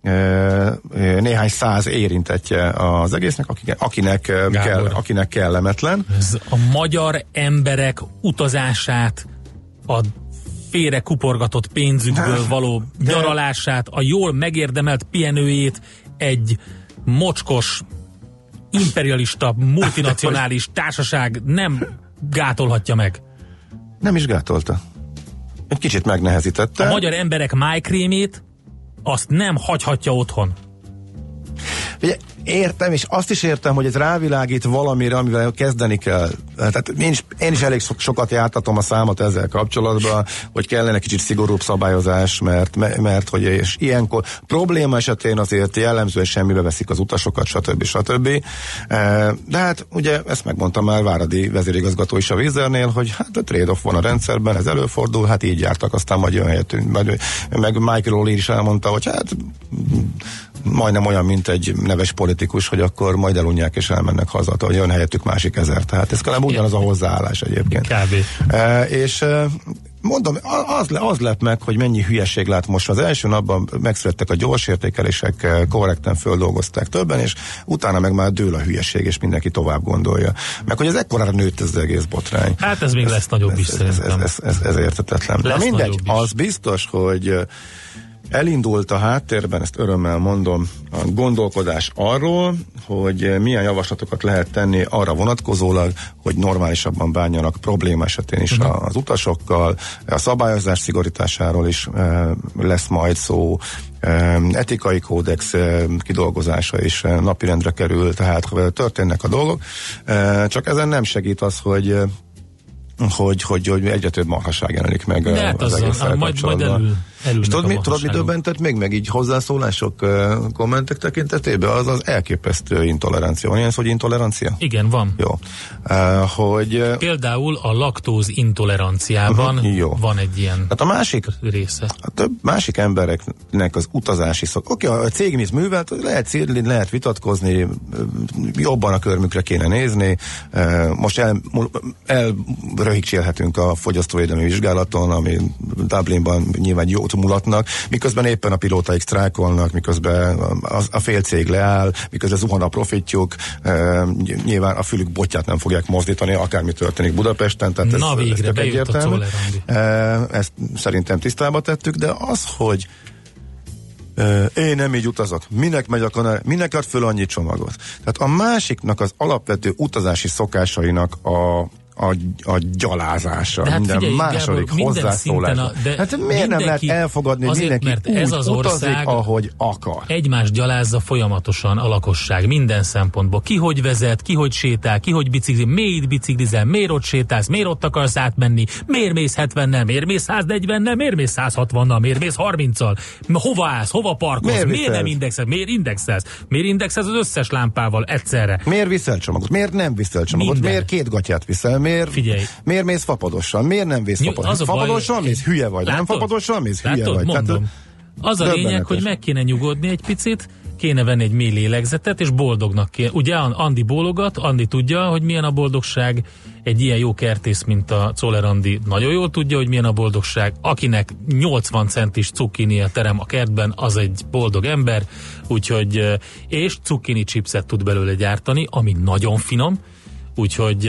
Speaker 4: néhány száz érintettje az egésznek, akinek, akinek, kell, akinek kellemetlen.
Speaker 5: Ez a magyar emberek utazását, a félre kuporgatott pénzükből való de... nyaralását, a jól megérdemelt pihenőjét egy mocskos, imperialista, multinacionális társaság nem gátolhatja meg.
Speaker 4: Nem is gátolta. Egy kicsit megnehezítette.
Speaker 5: A magyar emberek májkrémét azt nem hagyhatja otthon.
Speaker 4: Ugye, értem, és azt is értem, hogy ez rávilágít valamire, amivel kezdeni kell. Tehát én is, én is elég sokat jártatom a számot ezzel kapcsolatban, hogy kellene kicsit szigorúbb szabályozás, mert, mert, mert hogy és ilyenkor probléma esetén azért jellemzően semmibe veszik az utasokat, stb. stb. De hát ugye ezt megmondta már Váradi vezérigazgató is a Wizzernél, hogy hát a trade-off van a rendszerben, ez előfordul, hát így jártak, aztán majd jön helyettünk. Meg Michael O'Leary is elmondta, hogy hát majdnem olyan, mint egy neves politikus, hogy akkor majd elunják és elmennek haza, hogy jön helyettük másik ezer. Tehát ez nem ugyanaz a hozzáállás egyébként.
Speaker 5: Kb.
Speaker 4: E, és e, mondom, az, az lett meg, hogy mennyi hülyeség lát most. Az első napban megszülettek a gyors értékelések, korrekten földolgozták többen, és utána meg már dől a hülyeség, és mindenki tovább gondolja. Meg hogy ez ekkorára nőtt ez az egész botrány.
Speaker 5: Hát ez még ez, lesz nagyobb is
Speaker 4: ez, ez, ez, ez, ez, ez értetetlen. Na mindegy, az biztos, hogy elindult a háttérben, ezt örömmel mondom, a gondolkodás arról, hogy milyen javaslatokat lehet tenni arra vonatkozólag, hogy normálisabban bánjanak probléma esetén is uh-huh. az utasokkal, a szabályozás szigorításáról is e, lesz majd szó, e, etikai kódex e, kidolgozása is e, napirendre kerül, tehát történnek a dolgok, e, csak ezen nem segít az, hogy Hogy, hogy, hogy egyre több marhaság jelenik meg
Speaker 5: de hát
Speaker 4: az, az egésszel
Speaker 5: majd, majd elül,
Speaker 4: és tudod, mi, tudod, mi döbbentett még meg így hozzászólások, uh, kommentek tekintetében? Az az elképesztő intolerancia. Van ilyen szó, hogy intolerancia?
Speaker 5: Igen, van.
Speaker 4: Jó. Uh, hogy, uh,
Speaker 5: Például a laktóz intoleranciában uh-huh, jó. van egy ilyen hát
Speaker 4: a másik,
Speaker 5: része.
Speaker 4: A több másik embereknek az utazási szok. Oké, okay, a cég mit művelt, lehet szírni, lehet vitatkozni, jobban a körmükre kéne nézni. Uh, most el, el röhigcsélhetünk a fogyasztóvédelmi vizsgálaton, ami Dublinban nyilván jót mulatnak, miközben éppen a pilótaik sztrájkolnak, miközben a, a fél cég leáll, miközben zuhan a profitjuk, e, nyilván a fülük botját nem fogják mozdítani, akármi történik Budapesten, tehát ez,
Speaker 5: Na végre,
Speaker 4: ez egyértelmű.
Speaker 5: A
Speaker 4: e, ezt szerintem tisztába tettük, de az, hogy Én nem így utazok. Minek megy a kanál? Minek ad föl annyi csomagot? Tehát a másiknak az alapvető utazási szokásainak a A, a gyalázása,
Speaker 5: hát
Speaker 4: minden
Speaker 5: figyelj,
Speaker 4: második
Speaker 5: Gábor,
Speaker 4: hozzászólása. Hát miért nem lehet elfogadni, hogy mindenki
Speaker 5: mert
Speaker 4: úgy
Speaker 5: ez az ország
Speaker 4: utazik, ahogy akar?
Speaker 5: Egymást gyalázza folyamatosan a lakosság minden szempontból. Ki hogy vezet, ki hogy sétál, ki hogy bicikli, miért biciklizel, miért ott sétálsz, miért ott akarsz átmenni, miért mész hetvennel, miért mész száznegyvennel, miért mész százhatvannal, miért mész harminccal, hova állsz, hova parkolsz, miért, miért nem indexelsz, miért indexelsz, miért indexelsz az összes lámpával egyszerre.
Speaker 4: Miért viszel csomagot, miért nem viszel csomagot,
Speaker 5: Minden.
Speaker 4: Miért két gatyát viszel, miért,
Speaker 5: Figyelj.
Speaker 4: miért mész fapadosan, miért nem vész fapadosan, fapadosan mész, hülye vagy,
Speaker 5: látod?
Speaker 4: nem fapadosan mész, hülye
Speaker 5: látod?
Speaker 4: vagy.
Speaker 5: Mondom.
Speaker 4: Tehát,
Speaker 5: az a lényeg, hogy meg kéne nyugodni egy picit, kéne venni egy mély lélegzetet, és boldognak kéne. Ugye Andi bólogat, Andi tudja, hogy milyen a boldogság, egy ilyen jó kertész, mint a Czoller Andi nagyon jól tudja, hogy milyen a boldogság. Akinek nyolcvan centis cukkini terem a kertben, az egy boldog ember, úgyhogy, és cukkini chipset tud belőle gyártani, ami nagyon finom, úgyhogy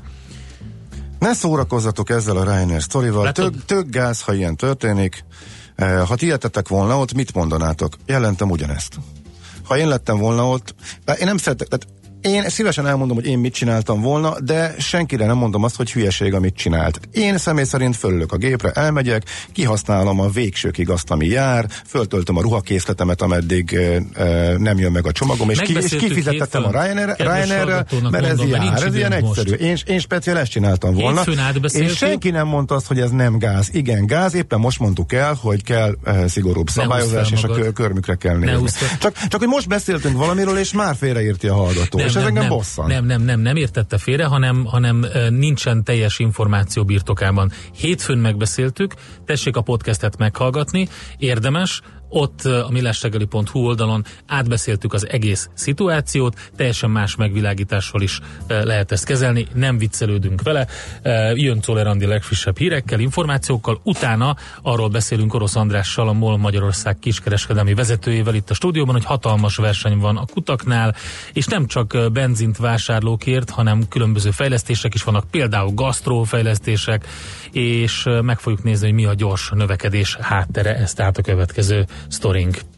Speaker 4: ne szórakozzatok ezzel a Ryanair sztorival, tök, tök gáz, ha ilyen történik. Ha ti illetetek volna ott, mit mondanátok? Jelentem ugyanezt. Ha én lettem volna ott, én nem szeretek, tehát én szívesen elmondom, hogy én mit csináltam volna, de senkire nem mondom azt, hogy hülyeség, amit csinált. Én személy szerint fölülök a gépre, elmegyek, kihasználom a végsőkig azt, ami jár, föltöltöm a ruhakészletemet, ameddig e, e, nem jön meg a csomagom, és, ki, és kifizettettem a Ryanair, Ryanairre, mert ez mondom, jár, ez ilyen egyszerű. Én, én speciál ezt csináltam volna, és senki nem mondta azt, hogy ez nem gáz. Igen, gáz, éppen most mondtuk el, hogy kell e, szigorúbb szabályozás, és a kör, körmükre kell nézni. Csak, csak, hogy most beszéltünk valamiről, és már félreírti a hallgató. Nem, ez engem bosszant.
Speaker 5: Nem, nem, nem, nem értette félre, hanem, hanem nincsen teljes információ birtokában. Hétfőn megbeszéltük, tessék a podcastet meghallgatni, érdemes, ott a millásreggeli pont hu oldalon átbeszéltük az egész szituációt, teljesen más megvilágítással is lehet ezt kezelni, nem viccelődünk vele, jön Czoller Andi legfrissebb hírekkel, információkkal, utána arról beszélünk Orosz Andrással, a MOL Magyarország kiskereskedelmi vezetőjével itt a stúdióban, hogy hatalmas verseny van a kutaknál, és nem csak benzint vásárlókért, hanem különböző fejlesztések is vannak, például gasztrófejlesztések, és meg fogjuk nézni, hogy mi a gyors növekedés háttere, ez tehát a következő sztorink.